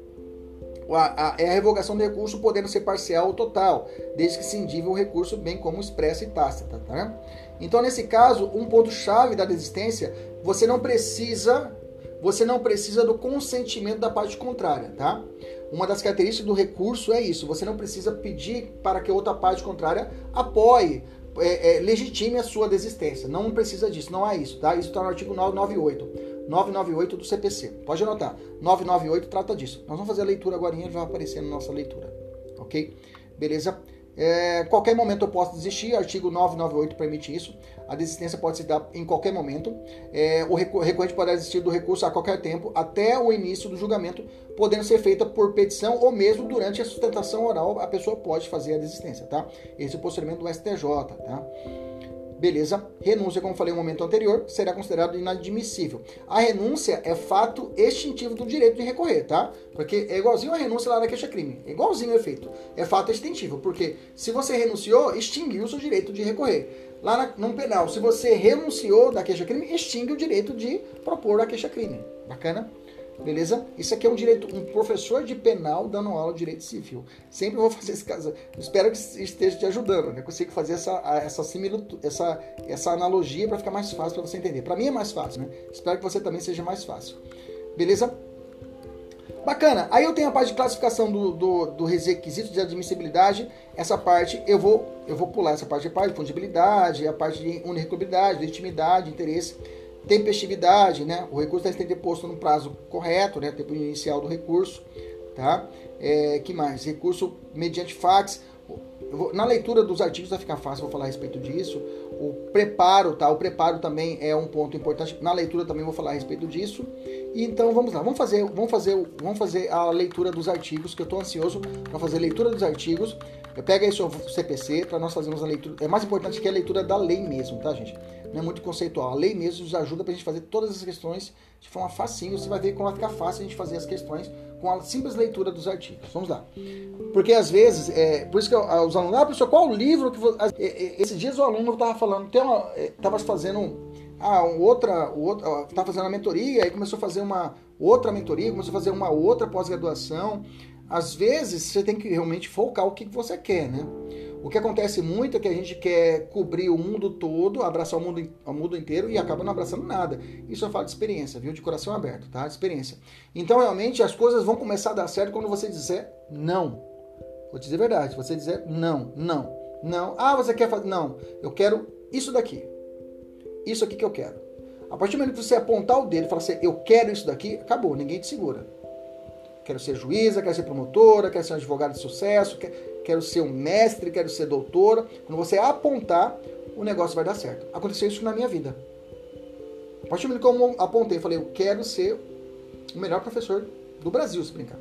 A, a, é a revogação do recurso podendo ser parcial ou total, desde que se indive o recurso bem como expressa e tácita. Tá? Então, nesse caso, um ponto-chave da desistência, você não precisa, você não precisa do consentimento da parte contrária. Tá? Uma das características do recurso é isso, você não precisa pedir para que a outra parte contrária apoie, é, é, legitime a sua desistência. Não precisa disso, não há isso. Tá? Isso está no artigo novecentos e noventa e oito. novecentos e noventa e oito do C P C. Pode anotar. novecentos e noventa e oito trata disso. Nós vamos fazer a leitura agora, ele vai aparecer na nossa leitura. Ok? Beleza? É, qualquer momento eu posso desistir. Artigo novecentos e noventa e oito permite isso. A desistência pode se dar em qualquer momento. É, o recorrente pode desistir do recurso a qualquer tempo, até o início do julgamento, podendo ser feita por petição ou mesmo durante a sustentação oral, a pessoa pode fazer a desistência. Tá? Esse é o procedimento do S T J. Tá? Beleza? Renúncia, como falei no momento anterior, será considerado inadmissível. A renúncia é fato extintivo do direito de recorrer, tá? Porque é igualzinho a renúncia lá da queixa-crime. É igualzinho o efeito. É fato extintivo, porque se você renunciou, extinguiu o seu direito de recorrer. Lá na, no penal, se você renunciou da queixa-crime, extingue o direito de propor a queixa-crime. Bacana? Beleza? Isso aqui é um direito, um professor de penal dando aula de direito civil. Sempre vou fazer esse caso. Espero que esteja te ajudando, né? Consigo fazer essa essa similitude, essa essa analogia para ficar mais fácil para você entender. Para mim é mais fácil, né? Espero que você também seja mais fácil. Beleza? Bacana. Aí eu tenho a parte de classificação do, do, do requisito de admissibilidade. Essa parte eu vou eu vou pular essa parte de parte de fundibilidade, a parte de unirrecuabilidade, legitimidade, interesse. Tempestividade, né? O recurso deve ter posto no prazo correto, né? Tempo inicial do recurso, tá? É, que mais? Recurso mediante fax. Eu vou, na leitura dos artigos vai ficar fácil, vou falar a respeito disso. O preparo, tá? O preparo também é um ponto importante. Na leitura também vou falar a respeito disso. E então vamos lá, vamos fazer, vamos fazer, vamos fazer a leitura dos artigos, que eu estou ansioso para fazer a leitura dos artigos. Pega aí o seu C P C para nós fazermos a leitura. É mais importante que a leitura da lei mesmo, tá, gente? Não é muito conceitual. A lei mesmo nos ajuda para a gente fazer todas as questões de forma facinho. Você vai ver como vai ficar fácil a gente fazer as questões com a simples leitura dos artigos. Vamos lá. Porque às vezes, é, por isso que os alunos, ah, professor, qual o livro que você... Esses dias o aluno estava falando, estava fazendo ah, outra, outra, estava fazendo uma mentoria, aí começou a fazer uma outra mentoria, começou a fazer uma outra pós-graduação. Às vezes você tem que realmente focar o que você quer, né? O que acontece muito é que a gente quer cobrir o mundo todo, abraçar o mundo, o mundo inteiro e acaba não abraçando nada. Isso eu falo de experiência, viu? De coração aberto, tá? De experiência. Então, realmente, as coisas vão começar a dar certo quando você disser não. Vou dizer a verdade. Você dizer não, não, não. Ah, você quer fazer... Não, eu quero isso daqui. Isso aqui que eu quero. A partir do momento que você apontar o dedo e falar assim, eu quero isso daqui, acabou, ninguém te segura. Quero ser juíza, quero ser promotora, quero ser um advogado de sucesso, quero ser um mestre, quero ser doutora. Quando você apontar, o negócio vai dar certo. Aconteceu isso na minha vida. A partir do momento que eu apontei, eu falei, eu quero ser o melhor professor do Brasil, se brincar.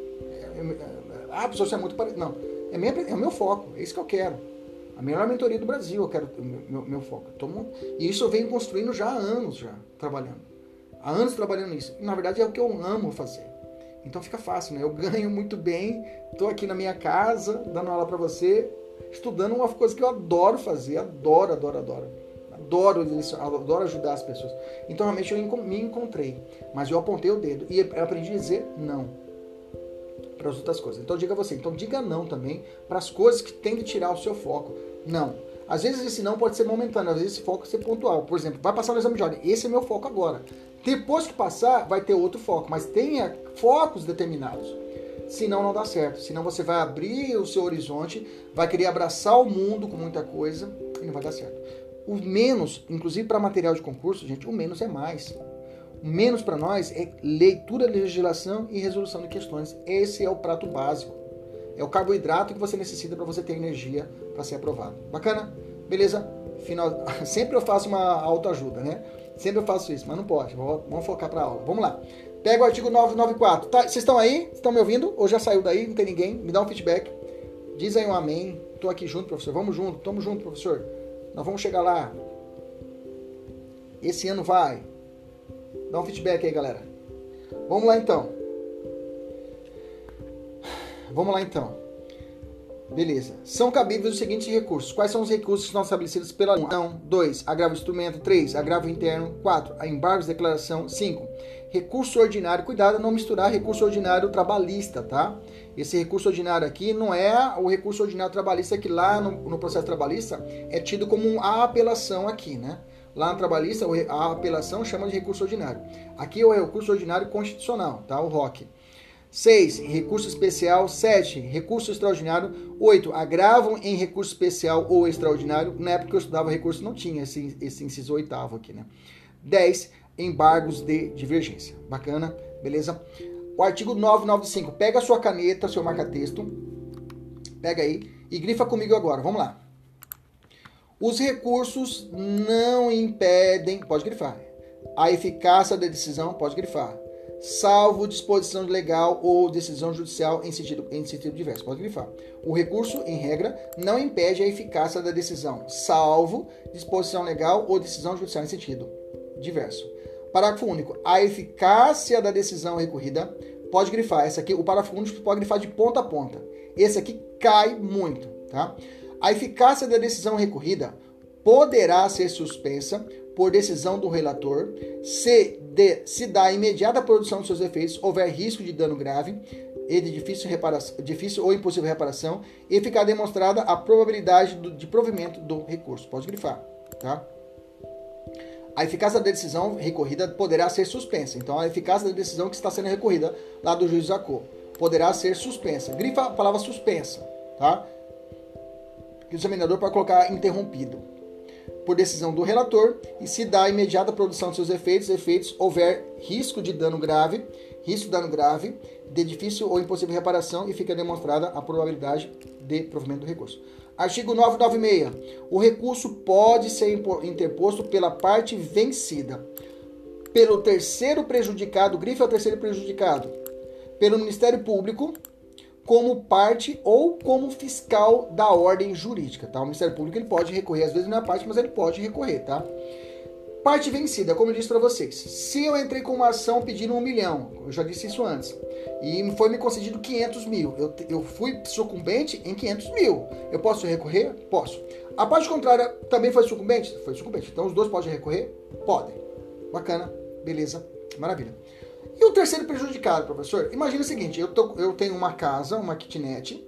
Ah, professor, você é muito parecido. Não, é, minha, é o meu foco, é isso que eu quero. A melhor mentoria do Brasil, eu quero o meu, meu, meu foco. Tomo, e isso eu venho construindo já há anos, já, trabalhando. Há anos trabalhando nisso. E, na verdade, é o que eu amo fazer. Então fica fácil, né? Eu ganho muito bem, estou aqui na minha casa, dando aula para você, estudando uma coisa que eu adoro fazer, adoro, adoro, adoro. Adoro isso, adoro ajudar as pessoas. Então realmente eu me encontrei, mas eu apontei o dedo e eu aprendi a dizer não para as outras coisas. Então diga você, então diga não também para as coisas que tem que tirar o seu foco. Não. Às vezes esse não pode ser momentâneo, às vezes esse foco pode ser pontual. Por exemplo, vai passar no exame de ordem, esse é meu foco agora. Depois que passar, vai ter outro foco, mas tenha focos determinados. Senão não dá certo. Senão você vai abrir o seu horizonte, vai querer abraçar o mundo com muita coisa e não vai dar certo. O menos, inclusive para material de concurso, gente, o menos é mais. O menos para nós é leitura, legislação e resolução de questões. Esse é o prato básico. É o carboidrato que você necessita para você ter energia para ser aprovado. Bacana? Beleza? Final... Sempre eu faço uma autoajuda, né? Sempre eu faço isso, mas não pode. Vamos focar para a aula. Vamos lá. Pega o artigo novecentos e noventa e quatro. Tá, vocês estão aí? Estão me ouvindo? Ou já saiu daí? Não tem ninguém? Me dá um feedback. Diz aí um amém. Estou aqui junto, professor. Vamos junto. Tamo junto, professor. Nós vamos chegar lá. Esse ano vai. Dá um feedback aí, galera. Vamos lá, então. Vamos lá, então. Beleza. São cabíveis os seguintes recursos. Quais são os recursos que estão estabelecidos pela um? um. dois. Agravo instrumento. três. Agravo interno. quatro. Embargos de declaração. cinco. Recurso ordinário. Cuidado não misturar recurso ordinário trabalhista, tá? Esse recurso ordinário aqui não é o recurso ordinário trabalhista que lá no, no processo trabalhista é tido como a apelação aqui, né? Lá no trabalhista a apelação chama de recurso ordinário. Aqui é o recurso ordinário constitucional, tá? O R O C. seis. Recurso especial. sete. Recurso extraordinário. oito. Agravam em recurso especial ou extraordinário. Na época que eu estudava recurso não tinha esse, esse inciso oitavo aqui, né? dez. Embargos de divergência. Bacana? Beleza? O artigo novecentos e noventa e cinco. Pega a sua caneta, seu marca-texto. Pega aí e grifa comigo agora. Vamos lá. Os recursos não impedem, pode grifar, a eficácia da decisão, pode grifar, salvo disposição legal ou decisão judicial em sentido, em sentido diverso, pode grifar. O recurso, em regra, não impede a eficácia da decisão, salvo disposição legal ou decisão judicial em sentido diverso. Parágrafo único. A eficácia da decisão recorrida, pode grifar. Essa aqui, o parágrafo único pode grifar de ponta a ponta. Esse aqui cai muito, tá? A eficácia da decisão recorrida poderá ser suspensa por decisão do relator se, de, se da imediata produção dos seus efeitos houver risco de dano grave e de difícil, reparação, difícil ou impossível reparação e ficar demonstrada a probabilidade do, de provimento do recurso. Pode grifar, tá? A eficácia da decisão recorrida poderá ser suspensa. Então, a eficácia da decisão que está sendo recorrida lá do juiz Zacô poderá ser suspensa. Grifa a palavra suspensa, tá? Que o examinador pode colocar interrompido por decisão do relator e se da imediata produção de seus efeitos, efeitos houver risco de dano grave, risco de dano grave, de difícil ou impossível reparação e fica demonstrada a probabilidade de provimento do recurso. Artigo novecentos e noventa e seis. O recurso pode ser interposto pela parte vencida, pelo terceiro prejudicado, grife ao terceiro prejudicado, pelo Ministério Público, como parte ou como fiscal da ordem jurídica, tá? O Ministério Público ele pode recorrer, às vezes não é parte, mas ele pode recorrer, tá? Parte vencida, como eu disse para vocês. Se eu entrei com uma ação pedindo um milhão, eu já disse isso antes, e foi me concedido quinhentos mil, eu, eu fui sucumbente em quinhentos mil. Eu posso recorrer? Posso. A parte contrária também foi sucumbente? Foi sucumbente. Então os dois podem recorrer? Podem. Bacana, beleza, maravilha. E o terceiro prejudicado, professor? Imagina o seguinte, eu, tô, eu tenho uma casa, uma kitnet,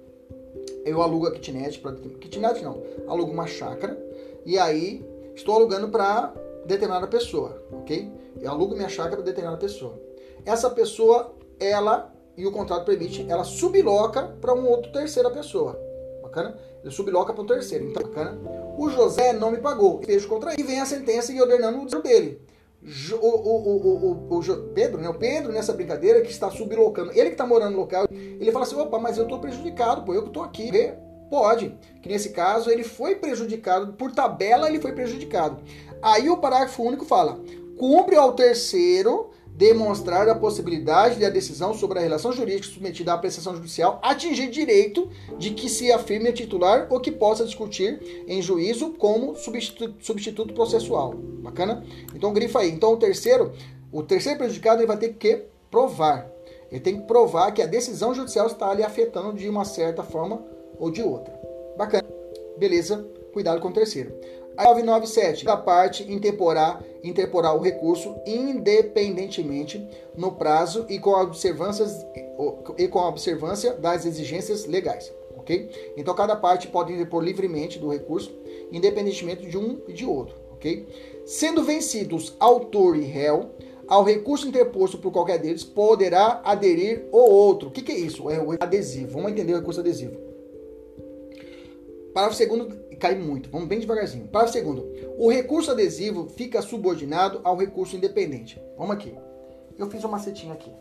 eu alugo a kitnet, pra, kitnet não, alugo uma chácara, e aí estou alugando para determinada pessoa, ok? Eu alugo minha chácara para determinada pessoa. Essa pessoa, ela, e o contrato permite, ela subloca para um outro terceira pessoa, bacana? Ele subloca para um terceiro, então, bacana? O José não me pagou, vejo contra ele, e vem a sentença e ordenando o dinheiro dele. O, o, o, o, o Pedro, né? O Pedro nessa brincadeira que está sublocando, ele que está morando no local, ele fala assim, opa, mas eu estou prejudicado, pô, eu que estou aqui. Pode, que nesse caso ele foi prejudicado, por tabela ele foi prejudicado. Aí o parágrafo único fala, cumpre ao terceiro demonstrar a possibilidade de a decisão sobre a relação jurídica submetida à apreciação judicial atingir direito de que se afirme a titular ou que possa discutir em juízo como substituto, substituto processual. Bacana? Então grifa aí. Então o terceiro, o terceiro prejudicado ele vai ter que provar. Ele tem que provar que a decisão judicial está ali afetando de uma certa forma ou de outra. Bacana? Beleza? Cuidado com o terceiro. novecentos e noventa e sete. Da parte interporá, interporá o recurso independentemente no prazo e com, observâncias, e com a observância das exigências legais. Ok? Então, cada parte pode interpor livremente do recurso, independentemente de um e de outro. Ok? Sendo vencidos autor e réu, ao recurso interposto por qualquer deles, poderá aderir o outro. O que, que é isso? É o adesivo. Vamos entender o recurso adesivo. Parágrafo segundo, cai muito. Vamos bem devagarzinho. Parágrafo segundo. O recurso adesivo fica subordinado ao recurso independente. Vamos aqui. Eu fiz uma macetinha aqui.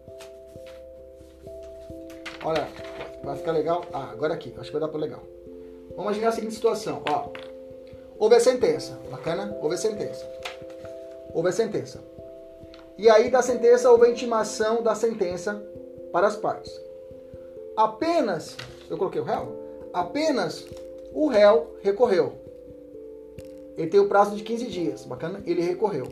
Olha, vai ficar legal. Ah, agora aqui. Acho que vai dar para legal. Vamos imaginar a seguinte situação. Ó, houve a sentença. Bacana? Houve a sentença. Houve a sentença. E aí da sentença houve a intimação da sentença para as partes. Apenas, eu coloquei o réu, apenas o réu recorreu. Ele tem o prazo de quinze dias, bacana? Ele recorreu.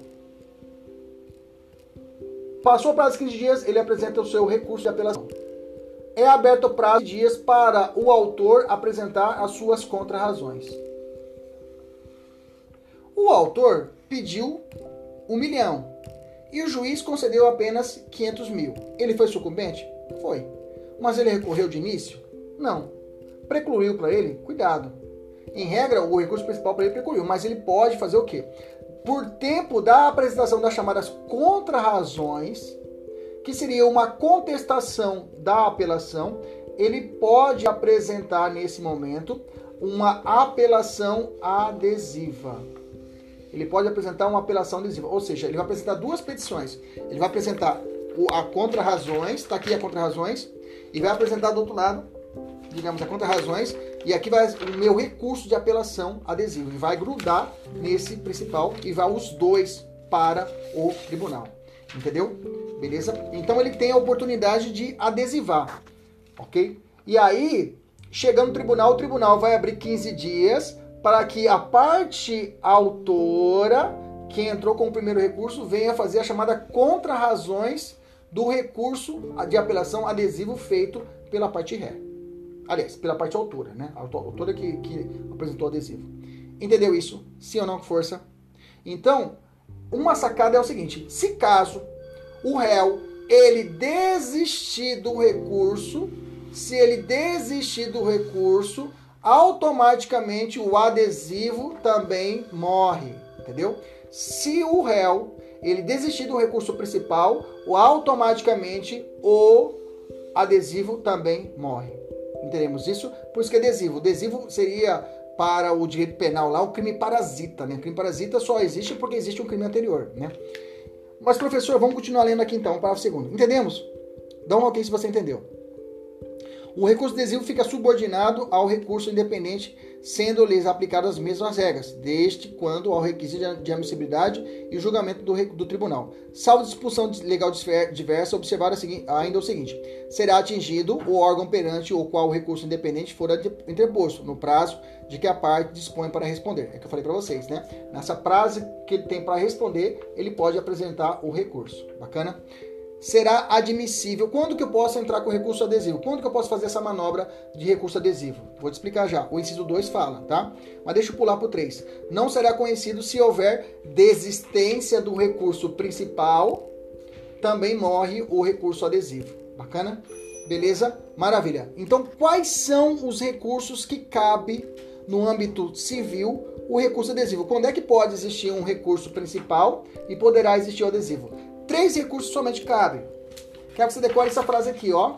Passou o prazo de quinze dias, ele apresenta o seu recurso de apelação. É aberto o prazo de dias para o autor apresentar as suas contrarrazões. O autor pediu um milhão e o juiz concedeu apenas quinhentos mil. Ele foi sucumbente? Foi. Mas ele recorreu de início? Não. Precluiu para ele? Cuidado. Em regra, o recurso principal para ele precluiu, mas ele pode fazer o quê? Por tempo da apresentação das chamadas contrarrazões, que seria uma contestação da apelação, ele pode apresentar nesse momento uma apelação adesiva. Ele pode apresentar uma apelação adesiva, ou seja, ele vai apresentar duas petições. Ele vai apresentar a contrarrazões, está aqui a contrarrazões, e vai apresentar do outro lado, digamos, a contrarrazões, e aqui vai o meu recurso de apelação adesivo. Ele vai grudar nesse principal e vai os dois para o tribunal. Entendeu? Beleza? Então ele tem a oportunidade de adesivar. Ok? E aí, chegando no tribunal, o tribunal vai abrir quinze dias para que a parte autora, que entrou com o primeiro recurso, venha fazer a chamada contrarrazões do recurso de apelação adesivo feito pela parte ré. Aliás, pela parte autora, né? A autora que, que apresentou o adesivo. Entendeu isso? Sim ou não, com força? Então, uma sacada é o seguinte: se caso o réu ele desistir do recurso, se ele desistir do recurso, automaticamente o adesivo também morre, entendeu? Se o réu ele desistir do recurso principal, automaticamente o adesivo também morre. Entendemos isso? Por isso que adesivo. Adesivo seria, para o direito penal lá, o crime parasita, né? O crime parasita só existe porque existe um crime anterior, né? Mas, professor, vamos continuar lendo aqui então, parágrafo segundo. Entendemos? Dá um ok se você entendeu. O recurso adesivo fica subordinado ao recurso independente, sendo-lhes aplicadas as mesmas regras, desde quando ao requisito de admissibilidade e julgamento do, do tribunal. Salvo disposição legal diversa, observar ainda o seguinte: será atingido o órgão perante o qual o recurso independente for interposto, no prazo de que a parte dispõe para responder. É que eu falei para vocês, né? Nessa prazo que ele tem para responder, ele pode apresentar o recurso. Bacana? Será admissível. Quando que eu posso entrar com recurso adesivo? Quando que eu posso fazer essa manobra de recurso adesivo? Vou te explicar já. O inciso dois fala, tá? Mas deixa eu pular para o três. Não será conhecido se houver desistência do recurso principal, também morre o recurso adesivo. Bacana? Beleza? Maravilha. Então, quais são os recursos que cabe no âmbito civil o recurso adesivo? Quando é que pode existir um recurso principal e poderá existir o adesivo? Três recursos somente cabem. Quero que você decore essa frase aqui, ó.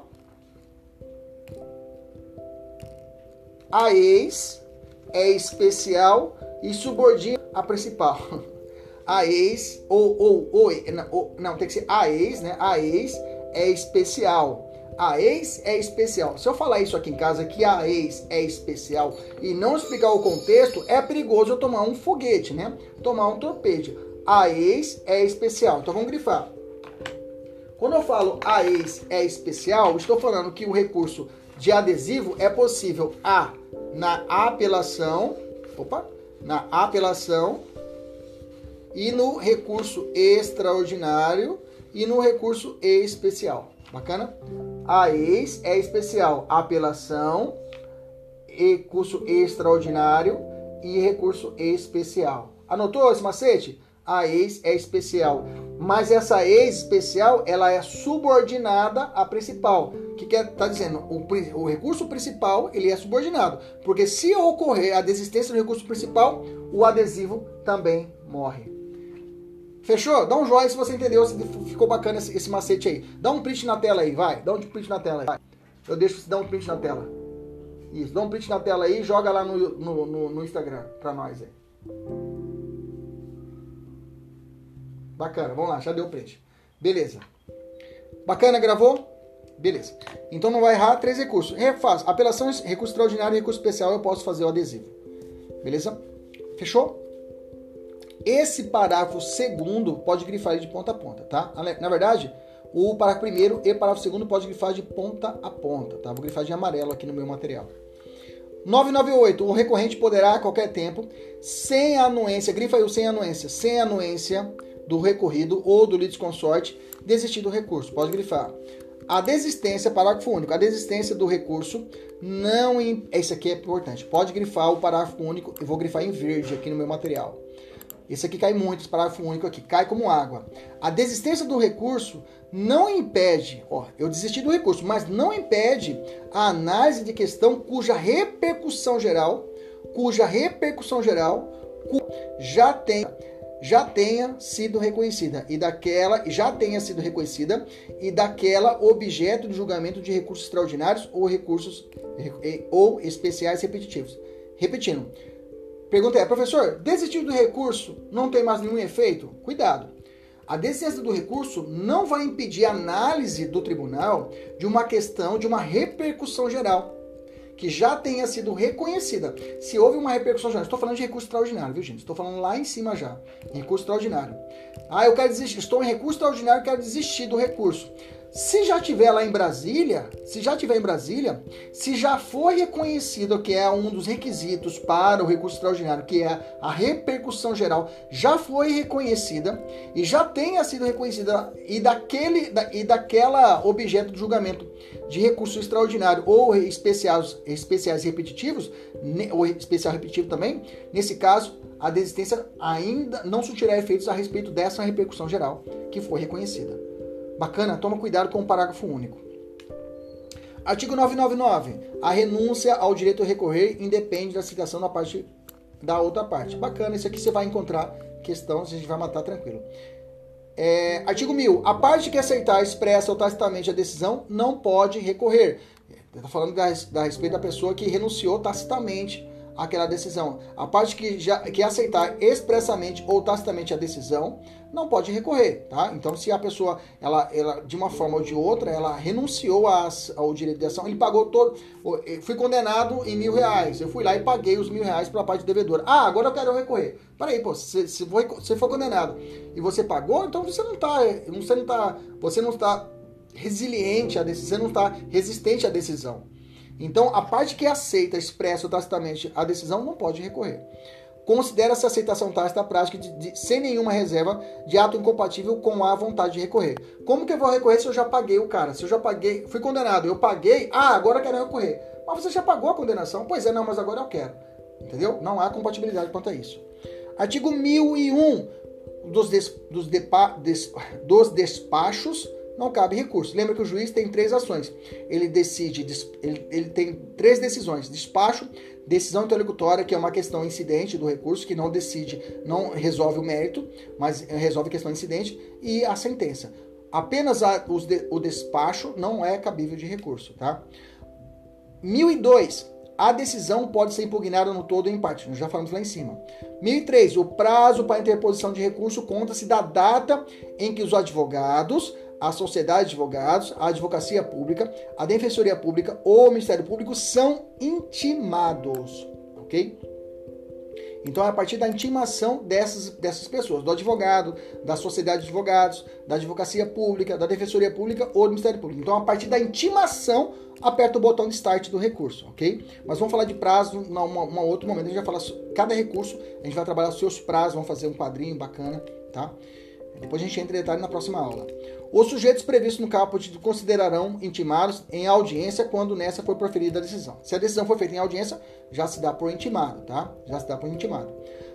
A ex é especial e subordina a principal. A ex, ou, ou, ou, ou, não, tem que ser a ex, né? A ex é especial. A ex é especial. Se eu falar isso aqui em casa, que a ex é especial, e não explicar o contexto, é perigoso eu tomar um foguete, né? Tomar um torpedo. A ex é especial. Então vamos grifar. Quando eu falo a ex é especial, estou falando que o recurso de adesivo é possível A, na apelação, opa, na apelação e no recurso extraordinário e no recurso especial. Bacana? A ex é especial, apelação, recurso extraordinário e recurso especial. Anotou esse macete? A ex é especial, mas essa ex especial ela é subordinada à principal. O que quer tá dizendo? O, o recurso principal ele é subordinado, porque se ocorrer a desistência do recurso principal, o adesivo também morre. Fechou? Dá um joinha se você entendeu, se ficou bacana esse, esse macete aí. Dá um print na tela aí, vai. Dá um print na tela aí. Vai. Eu deixo você dar um print na tela. Isso, dá um print na tela aí e joga lá no, no, no, no Instagram pra nós aí. Bacana, vamos lá, já deu print. Beleza. Bacana, gravou? Beleza. Então não vai errar, três recursos. Refaz. Apelação, recurso extraordinário e recurso especial eu posso fazer o adesivo. Beleza? Fechou? Esse parágrafo segundo pode grifar de ponta a ponta, tá? Na verdade, o parágrafo primeiro e o parágrafo segundo pode grifar de ponta a ponta, tá? Vou grifar de amarelo aqui no meu material. novecentos e noventa e oito. O recorrente poderá a qualquer tempo, sem anuência, grifa aí o sem anuência, sem anuência do recorrido ou do litisconsorte, desistir do recurso. Pode grifar. A desistência, parágrafo único, a desistência do recurso não... Esse aqui é importante. Pode grifar o parágrafo único, eu vou grifar em verde aqui no meu material. Esse aqui cai muito, esse parágrafo único aqui, cai como água. A desistência do recurso não impede, ó, eu desisti do recurso, mas não impede a análise de questão cuja repercussão geral, cuja repercussão geral já tem... já tenha sido reconhecida e daquela já tenha sido reconhecida e daquela objeto de julgamento de recursos extraordinários ou recursos ou especiais repetitivos. Repetindo. Pergunta é, professor, desistir do recurso não tem mais nenhum efeito? Cuidado. A desistência do recurso não vai impedir a análise do tribunal de uma questão de uma repercussão geral que já tenha sido reconhecida. Se houve uma repercussão geral, estou falando de recurso extraordinário, viu, gente? Estou falando lá em cima já. Recurso extraordinário. Ah, eu quero desistir, estou em recurso extraordinário, quero desistir do recurso. Se já tiver lá em Brasília, se já tiver em Brasília, se já foi reconhecido que é um dos requisitos para o recurso extraordinário, que é a repercussão geral, já foi reconhecida e já tenha sido reconhecida e daquele da, e daquela objeto de julgamento de recurso extraordinário ou especiais, especiais repetitivos, ou especial repetitivo também, nesse caso, a desistência ainda não surtirá efeitos a respeito dessa repercussão geral que foi reconhecida. Bacana? Toma cuidado com o parágrafo único. Artigo novecentos e noventa e nove. A renúncia ao direito a recorrer independe da citação da parte da outra parte. Bacana, isso aqui você vai encontrar questão, a gente vai matar tranquilo. É, artigo mil. A parte que aceitar expressa ou tacitamente a decisão não pode recorrer. Está falando da, da respeito da pessoa que renunciou tacitamente àquela decisão. A parte que, já, que aceitar expressamente ou tacitamente a decisão não pode recorrer, tá? Então, se a pessoa, ela, ela de uma forma ou de outra, ela renunciou a, ao direito de ação, ele pagou todo, fui condenado em mil reais, eu fui lá e paguei os mil reais pela parte devedora. Ah, agora eu quero recorrer. Peraí, pô, se, se foi, você foi condenado e você pagou, então você não tá, você não tá, você não está resiliente à decisão, você não está resistente à decisão. Então, a parte que aceita, expressa ou tacitamente a decisão não pode recorrer. Considera-se a aceitação tácita prática de, de, sem nenhuma reserva de ato incompatível com a vontade de recorrer. Como que eu vou recorrer se eu já paguei o cara? Se eu já paguei, fui condenado, eu paguei, ah, agora eu quero recorrer. Mas você já pagou a condenação? Pois é, não, mas agora eu quero. Entendeu? Não há compatibilidade quanto a isso. Artigo mil e um dos, des, dos, depa, des, dos despachos não cabe recurso. Lembra que o juiz tem três ações. Ele decide, ele, ele tem três decisões. Despacho, decisão interlocutória, que é uma questão incidente do recurso, que não decide, não resolve o mérito, mas resolve a questão incidente, e a sentença. Apenas a, os de, o despacho não é cabível de recurso, tá? mil e dois. A decisão pode ser impugnada no todo ou em parte. Nós já falamos lá em cima. mil e três. O prazo para interposição de recurso conta-se da data em que os advogados, a sociedade de advogados, a advocacia pública, a defensoria pública ou o Ministério Público são intimados, ok? Então é a partir da intimação dessas, dessas pessoas, do advogado, da sociedade de advogados, da advocacia pública, da defensoria pública ou do Ministério Público. Então a partir da intimação, aperta o botão de start do recurso, ok? Mas vamos falar de prazo em um outro momento. A gente vai falar sobre cada recurso, a gente vai trabalhar os seus prazos, vamos fazer um quadrinho bacana, tá? Depois a gente entra em detalhe na próxima aula. Os sujeitos previstos no caput considerarão intimados em audiência quando nessa for proferida a decisão. Se a decisão for feita em audiência, já se dá por intimado, tá? Já se dá por intimado.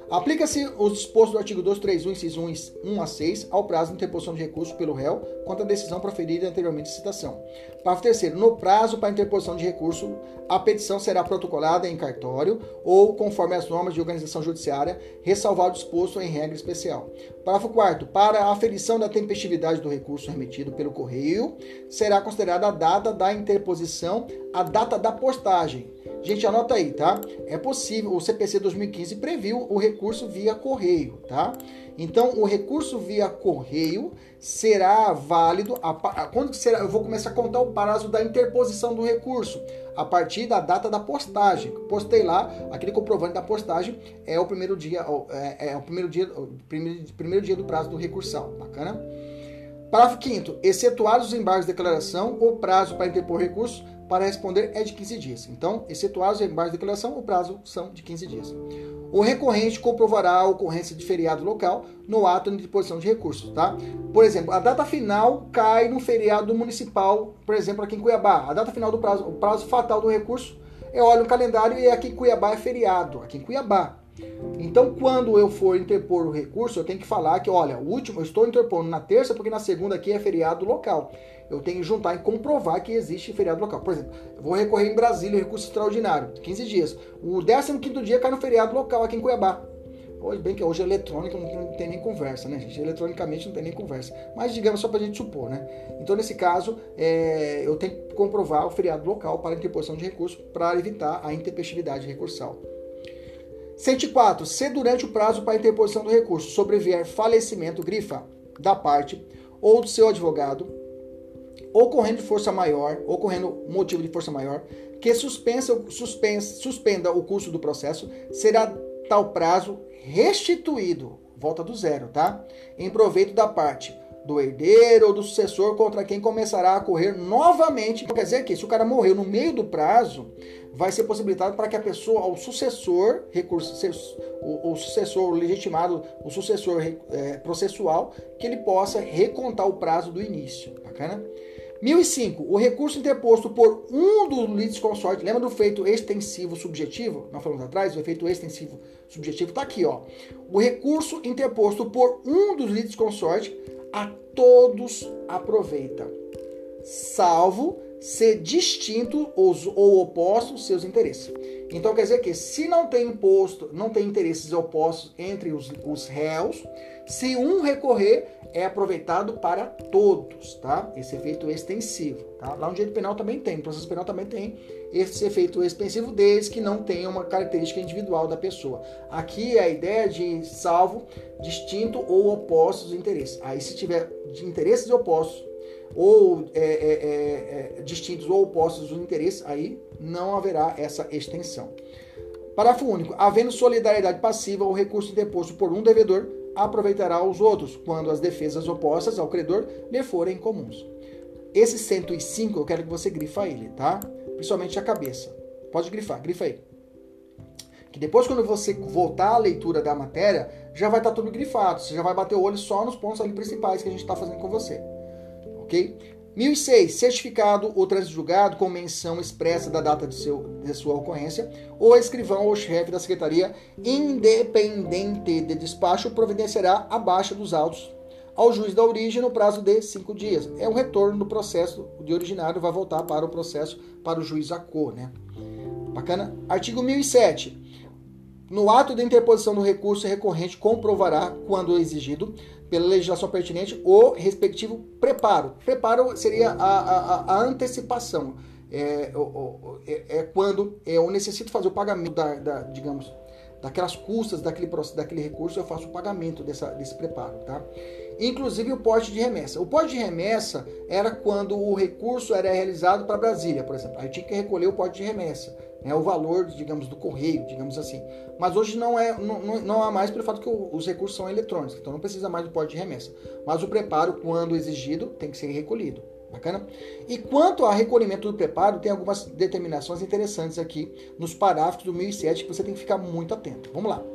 Aplica-se o disposto do artigo duzentos e trinta e um, inciso um a seis, ao prazo de interposição de recurso pelo réu contra a decisão proferida anteriormente em citação. Parágrafo terceiro. No prazo para interposição de recurso, a petição será protocolada em cartório ou conforme as normas de organização judiciária, ressalvado o disposto em regra especial. Parágrafo quarto. Para a aferição da tempestividade do recurso remetido pelo correio, será considerada a data da interposição, a data da postagem. Gente, anota aí, tá? É possível, o C P C dois mil e quinze previu o recurso via correio, tá? Então, o recurso via correio será válido, a, a, quando será, eu vou começar a contar o prazo da interposição do recurso, a partir da data da postagem. Postei lá, aquele comprovante da postagem é o primeiro dia, é, é o primeiro dia, o primeiro, primeiro dia do prazo do recursal, bacana? Parágrafo quinto. Excetuados os embargos de declaração, o prazo para interpor recurso para responder é de quinze dias. Então, excetuados os embargos de declaração, o prazo são de quinze dias. O recorrente comprovará a ocorrência de feriado local no ato de interposição de recursos, tá? Por exemplo, a data final cai no feriado municipal, por exemplo, aqui em Cuiabá. A data final do prazo, o prazo fatal do recurso, eu olho no calendário e aqui em Cuiabá é feriado, aqui em Cuiabá. Então, quando eu for interpor o recurso, eu tenho que falar que, olha, o último, eu estou interpondo na terça porque na segunda aqui é feriado local. Eu tenho que juntar e comprovar que existe feriado local. Por exemplo, eu vou recorrer em Brasília, recurso extraordinário, quinze dias. O décimo quinto dia cai no feriado local aqui em Cuiabá. Hoje, bem que hoje é eletrônico, não tem nem conversa, né, gente? Eletronicamente não tem nem conversa. Mas, digamos, só para a gente supor, né? Então, nesse caso, é, eu tenho que comprovar o feriado local para a interposição de recurso para evitar a intempestividade recursal. cento e quatro. Se durante o prazo para a interposição do recurso sobrevier falecimento, grifa, da parte ou do seu advogado, ocorrendo de força maior, ocorrendo motivo de força maior, que suspensa, suspensa, suspenda o curso do processo, será tal prazo restituído, volta do zero, tá? Em proveito da parte do herdeiro ou do sucessor contra quem começará a correr novamente. Quer dizer que se o cara morreu no meio do prazo, vai ser possibilitado para que a pessoa, o sucessor, recurso, o, o sucessor legitimado, o sucessor é, processual, que ele possa recontar o prazo do início. Bacana? mil e cinco. O recurso interposto por um dos litisconsortes, lembra do efeito extensivo subjetivo? Nós falamos atrás, o efeito extensivo subjetivo está aqui, ó. O recurso interposto por um dos litisconsortes a todos aproveita, salvo ser distinto os, ou opostos seus interesses. Então quer dizer que se não tem imposto, não tem interesses opostos entre os, os réus, se um recorrer, é aproveitado para todos, tá? Esse efeito extensivo, tá? Lá no direito penal também tem, no processo penal também tem esse efeito extensivo, desde que não tenha uma característica individual da pessoa. Aqui é a ideia de salvo, distinto ou opostos interesses. Aí se tiver de interesses opostos, ou é, é, é, distintos ou opostos os interesses, aí não haverá essa extensão. Parágrafo único. Havendo solidariedade passiva, o recurso interposto por um devedor aproveitará os outros, quando as defesas opostas ao credor lhe forem comuns. Esse cento e cinco, eu quero que você grifa ele, tá? Principalmente a cabeça. Pode grifar, grifa aí. Que depois, quando você voltar à leitura da matéria, já vai estar tudo grifado. Você já vai bater o olho só nos pontos ali principais que a gente está fazendo com você. Ok? mil e seis. Certificado ou trânsito julgado com menção expressa da data de, seu, de sua ocorrência, o escrivão ou chefe da secretaria, independente de despacho, providenciará a baixa dos autos ao juiz da origem no prazo de cinco dias. É o retorno do processo de originário, vai voltar para o processo, para o juiz à cor, né? Bacana? Artigo mil e sete. No ato de interposição do recurso, o recorrente comprovará, quando exigido pela legislação pertinente, o respectivo preparo. Preparo seria a, a, a antecipação. É, é, é quando eu necessito fazer o pagamento da, da, digamos, daquelas custas daquele, daquele recurso, eu faço o pagamento dessa, desse preparo, tá? Inclusive o porte de remessa. O porte de remessa era quando o recurso era realizado para Brasília, por exemplo. Aí tinha que recolher o porte de remessa, né? O valor, digamos, do correio, digamos assim. Mas hoje não, é, não, não há mais pelo fato que os recursos são eletrônicos, então não precisa mais do porte de remessa. Mas o preparo, quando exigido, tem que ser recolhido. Bacana? E quanto ao recolhimento do preparo, tem algumas determinações interessantes aqui nos parágrafos do mil e sete que você tem que ficar muito atento. Vamos lá.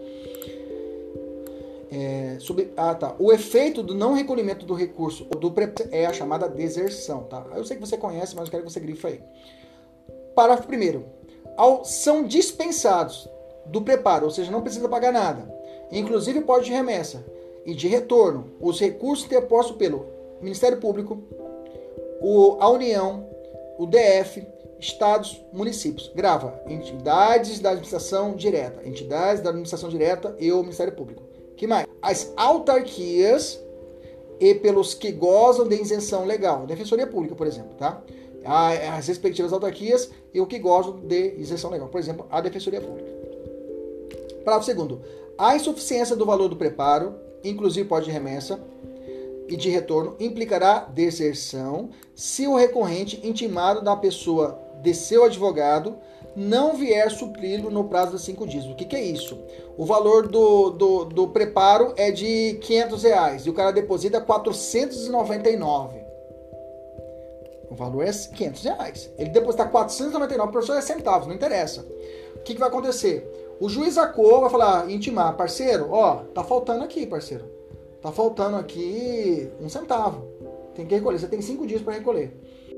É, sobre, ah, tá. O efeito do não recolhimento do recurso do preparo é a chamada deserção, tá? Eu sei que você conhece, mas eu quero que você grife aí. Parágrafo primeiro. Ao, são dispensados do preparo, ou seja, não precisa pagar nada. inclusive pode de remessa e de retorno, os recursos interpostos pelo Ministério Público, o, a União, o D F, estados, municípios. Grava, entidades da administração direta, entidades da administração direta e o Ministério Público. Que mais? As autarquias e pelos que gozam de isenção legal. Defensoria Pública, por exemplo, tá? As respectivas autarquias e o que gozam de isenção legal. Por exemplo, a Defensoria Pública. Parágrafo segundo. A insuficiência do valor do preparo, inclusive pode de remessa e de retorno, implicará deserção se o recorrente intimado da pessoa de seu advogado não vier supri-lo no prazo de cinco dias. O que, que é isso? O valor do, do, do preparo é de quinhentos reais e o cara deposita quatrocentos e noventa e nove. O valor é quinhentos reais. Ele deposita quatrocentos e noventa e nove, professor, é centavos, não interessa. O que, que vai acontecer? O juiz da cor vai falar, intimar, parceiro, ó, tá faltando aqui, parceiro. Tá faltando aqui um centavo. Tem que recolher. Você tem cinco dias para recolher.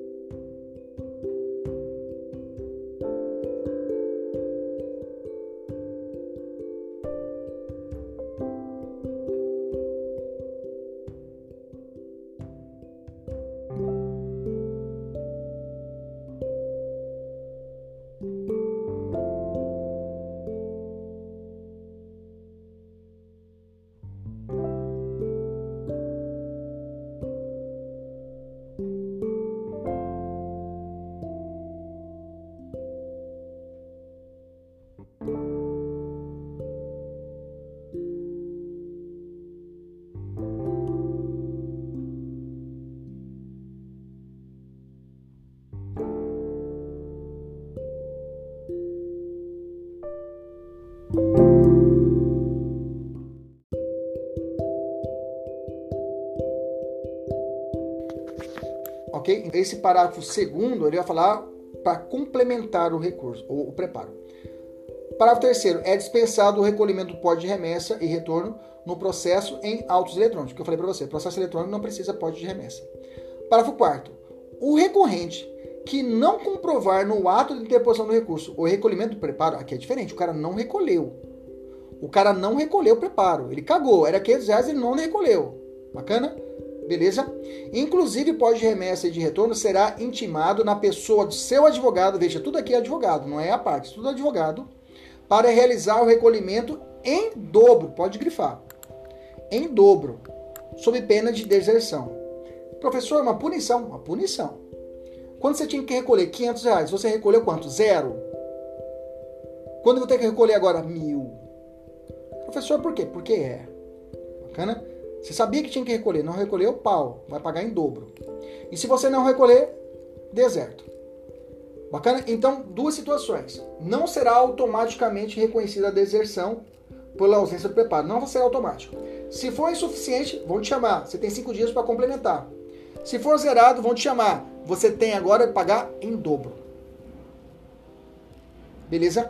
Ok? Esse parágrafo segundo, ele vai falar para complementar o recurso, ou o preparo. Parágrafo terceiro, é dispensado o recolhimento do pódio de remessa e retorno no processo em autos eletrônicos, que eu falei para você, processo eletrônico não precisa pódio de remessa. Parágrafo quarto, o recorrente que não comprovar no ato de interposição do recurso o recolhimento do preparo, aqui é diferente, o cara não recolheu. O cara não recolheu o preparo, ele cagou, era quinhentos reais, ele não recolheu. Bacana? Beleza? Inclusive, pós de remessa e de retorno será intimado na pessoa do seu advogado, veja, tudo aqui é advogado, não é a parte, tudo é advogado, para realizar o recolhimento em dobro, pode grifar, em dobro, sob pena de deserção. Professor, uma punição, uma punição. Quando você tinha que recolher quinhentos reais, você recolheu quanto? Zero. Quando eu vou ter que recolher agora? Mil. Professor, por quê? Porque é. Bacana? Você sabia que tinha que recolher, não recolheu, pau, vai pagar em dobro. E se você não recolher, deserto. Bacana? Então, duas situações. Não será automaticamente reconhecida a deserção pela ausência do preparo. Não vai ser automático. Se for insuficiente, vão te chamar. Você tem cinco dias para complementar. Se for zerado, vão te chamar. Você tem agora que pagar em dobro. Beleza?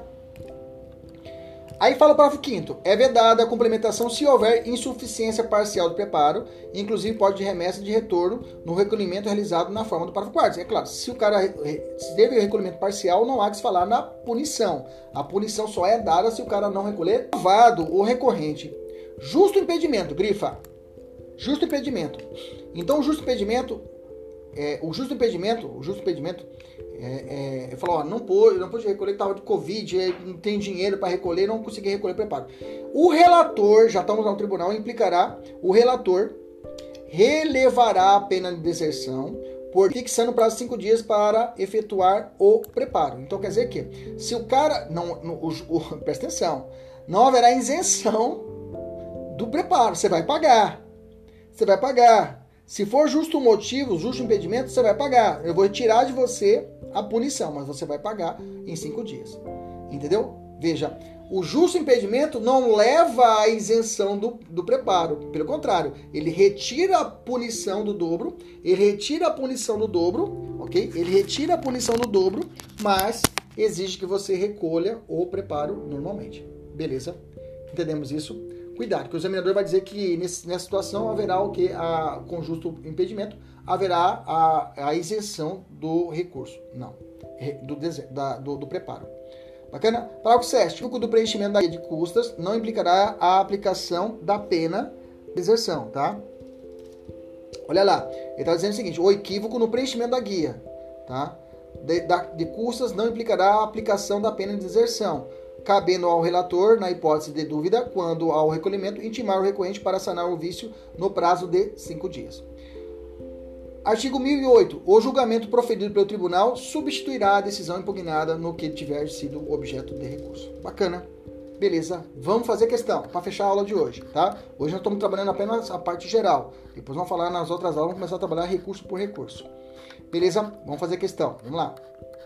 Aí fala o parágrafo quinto. É vedada a complementação se houver insuficiência parcial do preparo, inclusive pode de remessa e de retorno no recolhimento realizado na forma do parágrafo quarto. É claro, se o cara se teve recolhimento parcial, não há que se falar na punição. A punição só é dada se o cara não recolher. Provado o recorrente. Justo impedimento, grifa. Justo impedimento. Então, o justo impedimento, é, o justo impedimento, o justo impedimento, é, é, falou, ó, não pôde, não pôde recolher, estava de Covid, não tem dinheiro para recolher, não consegui recolher preparo. O relator, já estamos no tribunal, implicará, o relator relevará a pena de deserção por fixando o prazo de cinco dias para efetuar o preparo. Então, quer dizer que, se o cara, não, no, o, o, presta atenção, não haverá isenção do preparo, você vai pagar. Você vai pagar. Se for justo o motivo, justo impedimento, você vai pagar. Eu vou retirar de você a punição, mas você vai pagar em cinco dias. Entendeu? Veja, o justo impedimento não leva à isenção do, do preparo. Pelo contrário, ele retira a punição do dobro, ele retira a punição do dobro, ok? Ele retira a punição do dobro, mas exige que você recolha o preparo normalmente. Beleza? Entendemos isso? Cuidado, que o examinador vai dizer que nesse, nessa situação haverá o que? A, com justo impedimento, haverá a, a isenção do recurso. Não, do, da, do, do preparo. Bacana? Parágrafo sete. O do preenchimento da guia de custas não implicará a aplicação da pena de deserção, tá? Olha lá, ele está dizendo o seguinte: o equívoco no preenchimento da guia, tá? De, da, de custas não implicará a aplicação da pena de deserção, cabendo ao relator, na hipótese de dúvida, quando ao recolhimento, intimar o recorrente para sanar o vício no prazo de cinco dias. Artigo mil e oito. O julgamento proferido pelo tribunal substituirá a decisão impugnada no que tiver sido objeto de recurso. Bacana. Beleza. Vamos fazer questão para fechar a aula de hoje, tá? Hoje nós estamos trabalhando apenas a parte geral. Depois vamos falar nas outras aulas, vamos começar a trabalhar recurso por recurso. Beleza? Vamos fazer questão. Vamos lá.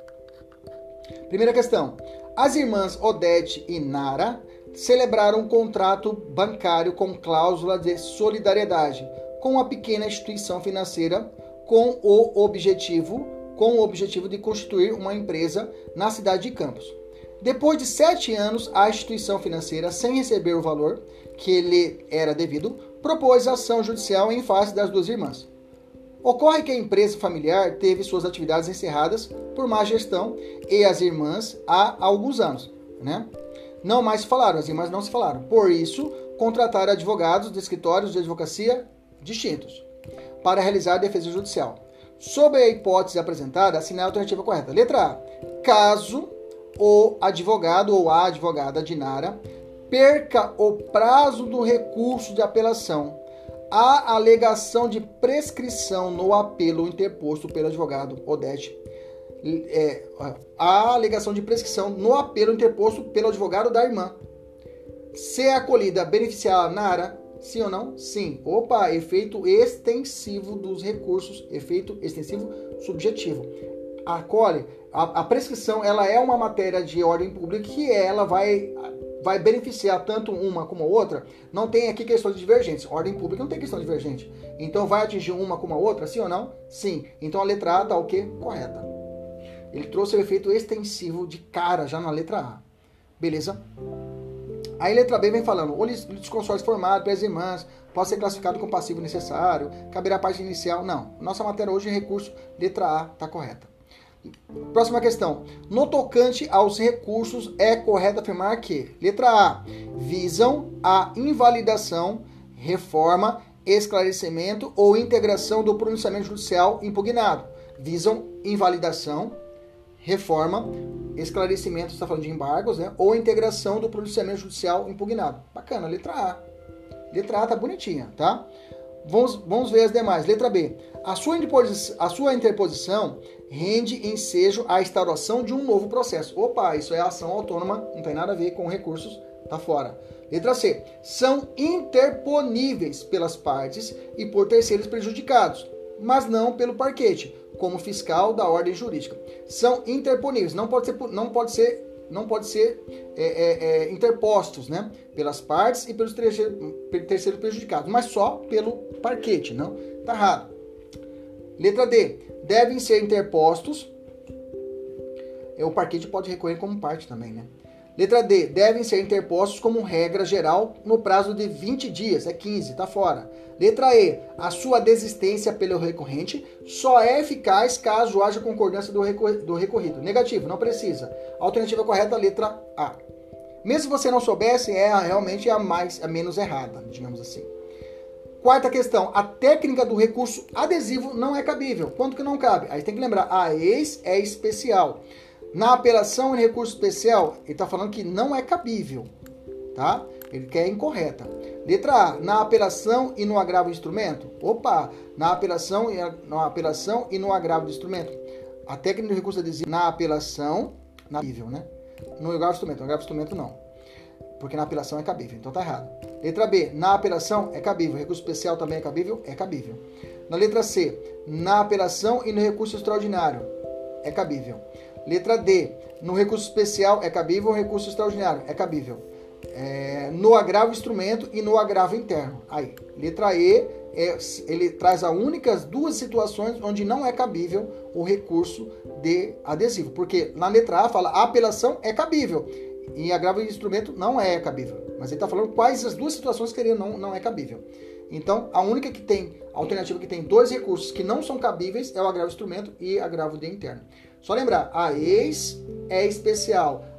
Primeira questão. As irmãs Odete e Nara celebraram um contrato bancário com cláusula de solidariedade com uma pequena instituição financeira com o objetivo, com o objetivo de constituir uma empresa na cidade de Campos. Depois de sete anos, a instituição financeira, sem receber o valor que lhe era devido, propôs ação judicial em face das duas irmãs. Ocorre que a empresa familiar teve suas atividades encerradas por má gestão e as irmãs há alguns anos, né? Não mais se falaram, as irmãs não se falaram. Por isso, contrataram advogados de escritórios de advocacia distintos para realizar a defesa judicial. Sob a hipótese apresentada, assinale a alternativa correta. Letra A. Caso o advogado ou a advogada de Nara perca o prazo do recurso de apelação, a alegação de prescrição no apelo interposto pelo advogado Odete, é, a alegação de prescrição no apelo interposto pelo advogado da irmã, se a acolhida beneficiar a Nara, sim ou não? Sim. Opa, efeito extensivo dos recursos, efeito extensivo subjetivo. Acolhe, a, a prescrição, ela é uma matéria de ordem pública que ela vai, vai beneficiar tanto uma como a outra. Não tem aqui questão de divergência. Ordem pública não tem questão de divergente. Então vai atingir uma como a outra, sim ou não? Sim. Então a letra A está o quê? Correta. Ele trouxe o efeito extensivo de cara já na letra A. Beleza? Aí letra B vem falando, o litisconsórcio formado pelas irmãs pode ser classificado como passivo necessário, caberá a parte inicial. Não, nossa matéria hoje é recurso, letra A está correta. Próxima questão. No tocante aos recursos, é correto afirmar que, letra A, visam a invalidação, reforma, esclarecimento ou integração do pronunciamento judicial impugnado. Visam invalidação, reforma, esclarecimento, está falando de embargos, né? Ou integração do pronunciamento judicial impugnado. Bacana, letra A. Letra A tá bonitinha, tá? Vamos, vamos ver as demais. Letra B. A sua, a sua interposição rende ensejo à instauração de um novo processo. Opa, isso é ação autônoma, não tem nada a ver com recursos, tá fora. Letra C. São interponíveis pelas partes e por terceiros prejudicados, mas não pelo parquete, como fiscal da ordem jurídica. São interponíveis, não pode ser, não pode ser, não pode ser é, é, é, interpostos, né, pelas partes e pelos terceiros, terceiros prejudicados, mas só pelo parquete, não? Tá errado. Letra D. Devem ser interpostos. O parquete pode recorrer como parte também, né? Letra D. Devem ser interpostos como regra geral no prazo de vinte dias. É quinze, tá fora. Letra E. A sua desistência pelo recorrente só é eficaz caso haja concordância do, recor- do recorrido. Negativo, não precisa. Alternativa correta, letra A. Mesmo se você não soubesse, é realmente a mais, a menos errada, digamos assim. Quarta questão. A técnica do recurso adesivo não é cabível. Quanto que não cabe? Aí tem que lembrar, a ex é especial. Na apelação em recurso especial, ele está falando que não é cabível, tá? Ele quer incorreta. Letra A, na apelação e no agravo de instrumento. Opa, na apelação e na apelação e no agravo de instrumento. A técnica do recurso adesivo na apelação, na cabível, né? No agravo de instrumento, no agravo de instrumento não. Porque na apelação é cabível, então tá errado. Letra B, na apelação é cabível. Recurso especial também é cabível? É cabível. Na letra C, na apelação e no recurso extraordinário é cabível. Letra D, no recurso especial é cabível, recurso extraordinário é cabível. É, no agravo instrumento e no agravo interno. Aí, letra E, é, ele traz as únicas duas situações onde não é cabível o recurso de adesivo. Porque na letra A fala a apelação é cabível e agravo de instrumento não é cabível. Mas ele está falando quais as duas situações que ele não, não é cabível. Então, a única que tem, a alternativa que tem dois recursos que não são cabíveis é o agravo de instrumento e agravo de interno. Só lembrar, a ex é especial,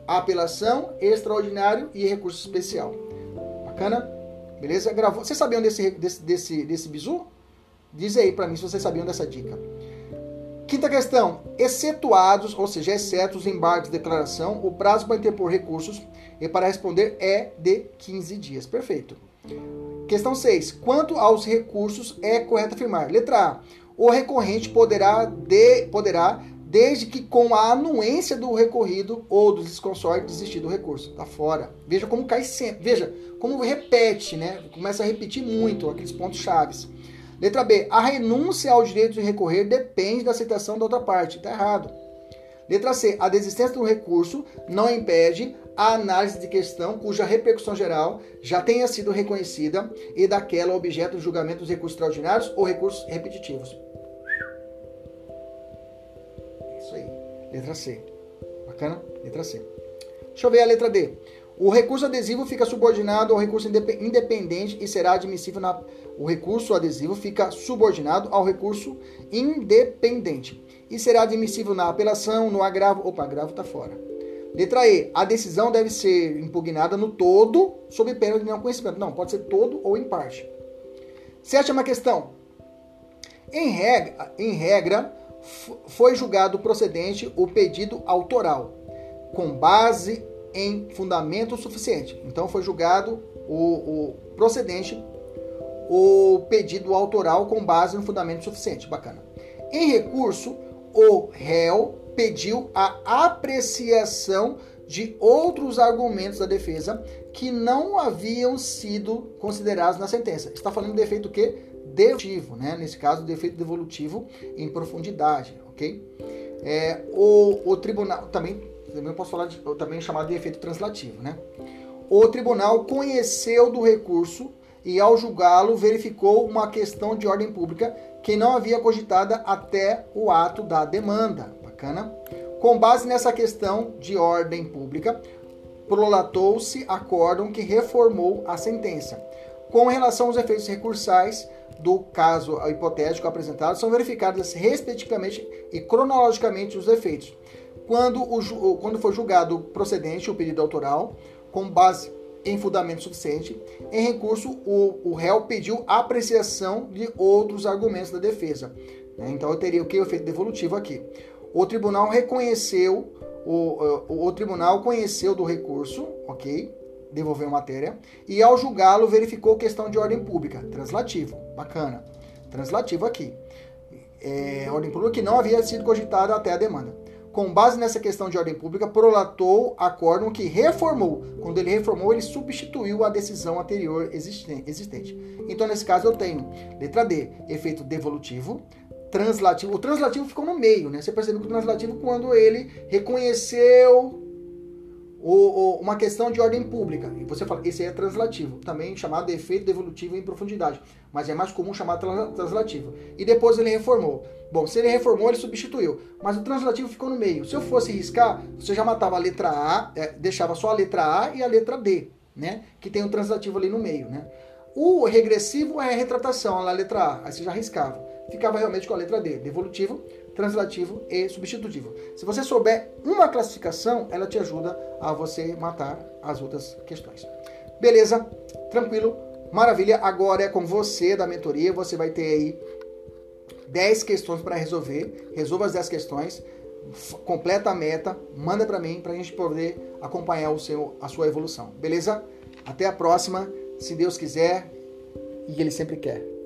apelação, extraordinário e recurso especial. Bacana? Beleza? Gravou. Vocês sabiam desse, desse, desse, desse bizu? Diz aí pra mim se vocês sabiam dessa dica. Quinta questão. Excetuados, ou seja, exceto os embargos de declaração, o prazo para interpor recursos e para responder é de quinze dias. Perfeito. Questão seis. Quanto aos recursos, é correto afirmar. Letra A. O recorrente poderá, de, poderá desde que com a anuência do recorrido ou do desconsorte desistir do recurso. Tá fora. Veja como cai sempre. Veja como repete, né? Começa a repetir muito aqueles pontos chaves. Letra B. A renúncia ao direito de recorrer depende da aceitação da outra parte. Tá errado. Letra C. A desistência do recurso não impede a análise de questão cuja repercussão geral já tenha sido reconhecida e daquela objeto de julgamento dos recursos extraordinários ou recursos repetitivos. Isso aí. Letra C. Bacana? Letra C. Deixa eu ver a letra D. O recurso adesivo fica subordinado ao recurso independente e será admissível na... O recurso adesivo fica subordinado ao recurso independente e será admissível na apelação, no agravo... Opa, agravo está fora. Letra E. A decisão deve ser impugnada no todo sob pena de não conhecimento. Não, pode ser todo ou em parte. Sétima questão. Em regra, em regra foi julgado procedente o pedido autoral, com base em fundamento suficiente. Então foi julgado o, o procedente o pedido autoral com base no fundamento suficiente. Bacana. Em recurso, o réu pediu a apreciação de outros argumentos da defesa que não haviam sido considerados na sentença. Está falando de defeito o quê? Devolutivo, né? Nesse caso, defeito devolutivo em profundidade, ok? É, o, o tribunal também Também posso falar de, também chamado de efeito translativo, né? O tribunal conheceu do recurso e, ao julgá-lo, verificou uma questão de ordem pública que não havia cogitada até o ato da demanda. Bacana? Com base nessa questão de ordem pública, prolatou-se acórdão que reformou a sentença. Com relação aos efeitos recursais do caso hipotético apresentado, são verificados respectivamente e cronologicamente os efeitos. Quando, o, quando for julgado procedente o pedido autoral, com base em fundamento suficiente, em recurso, o, o réu pediu apreciação de outros argumentos da defesa. Então, eu teria o que? O efeito devolutivo aqui. O tribunal reconheceu, o, o, o tribunal conheceu do recurso, ok? Devolveu a matéria, e ao julgá-lo verificou questão de ordem pública. Translativo, bacana. Translativo aqui. É, ordem pública que não havia sido cogitada até a demanda. Com base nessa questão de ordem pública, prolatou acórdão que reformou. Quando ele reformou, ele substituiu a decisão anterior existente. Então, nesse caso, eu tenho, letra D, efeito devolutivo, translativo. O translativo ficou no meio, né? Você percebeu que o translativo, quando ele reconheceu o, o, uma questão de ordem pública, e você fala, esse aí é translativo, também chamado de efeito devolutivo em profundidade, mas é mais comum chamar translativo. E depois ele reformou. Bom, se ele reformou, ele substituiu. Mas o translativo ficou no meio. Se eu fosse riscar, você já matava a letra A, é, deixava só a letra A e a letra B, né? Que tem o translativo ali no meio, né? O regressivo é a retratação, a letra A. Aí você já riscava. Ficava realmente com a letra D. Devolutivo, translativo e substitutivo. Se você souber uma classificação, ela te ajuda a você matar as outras questões. Beleza? Tranquilo? Maravilha. Agora é com você da mentoria. Você vai ter aí dez questões para resolver. Resolva as dez questões, completa a meta, manda para mim para a gente poder acompanhar o seu, a sua evolução. Beleza? Até a próxima, se Deus quiser e Ele sempre quer.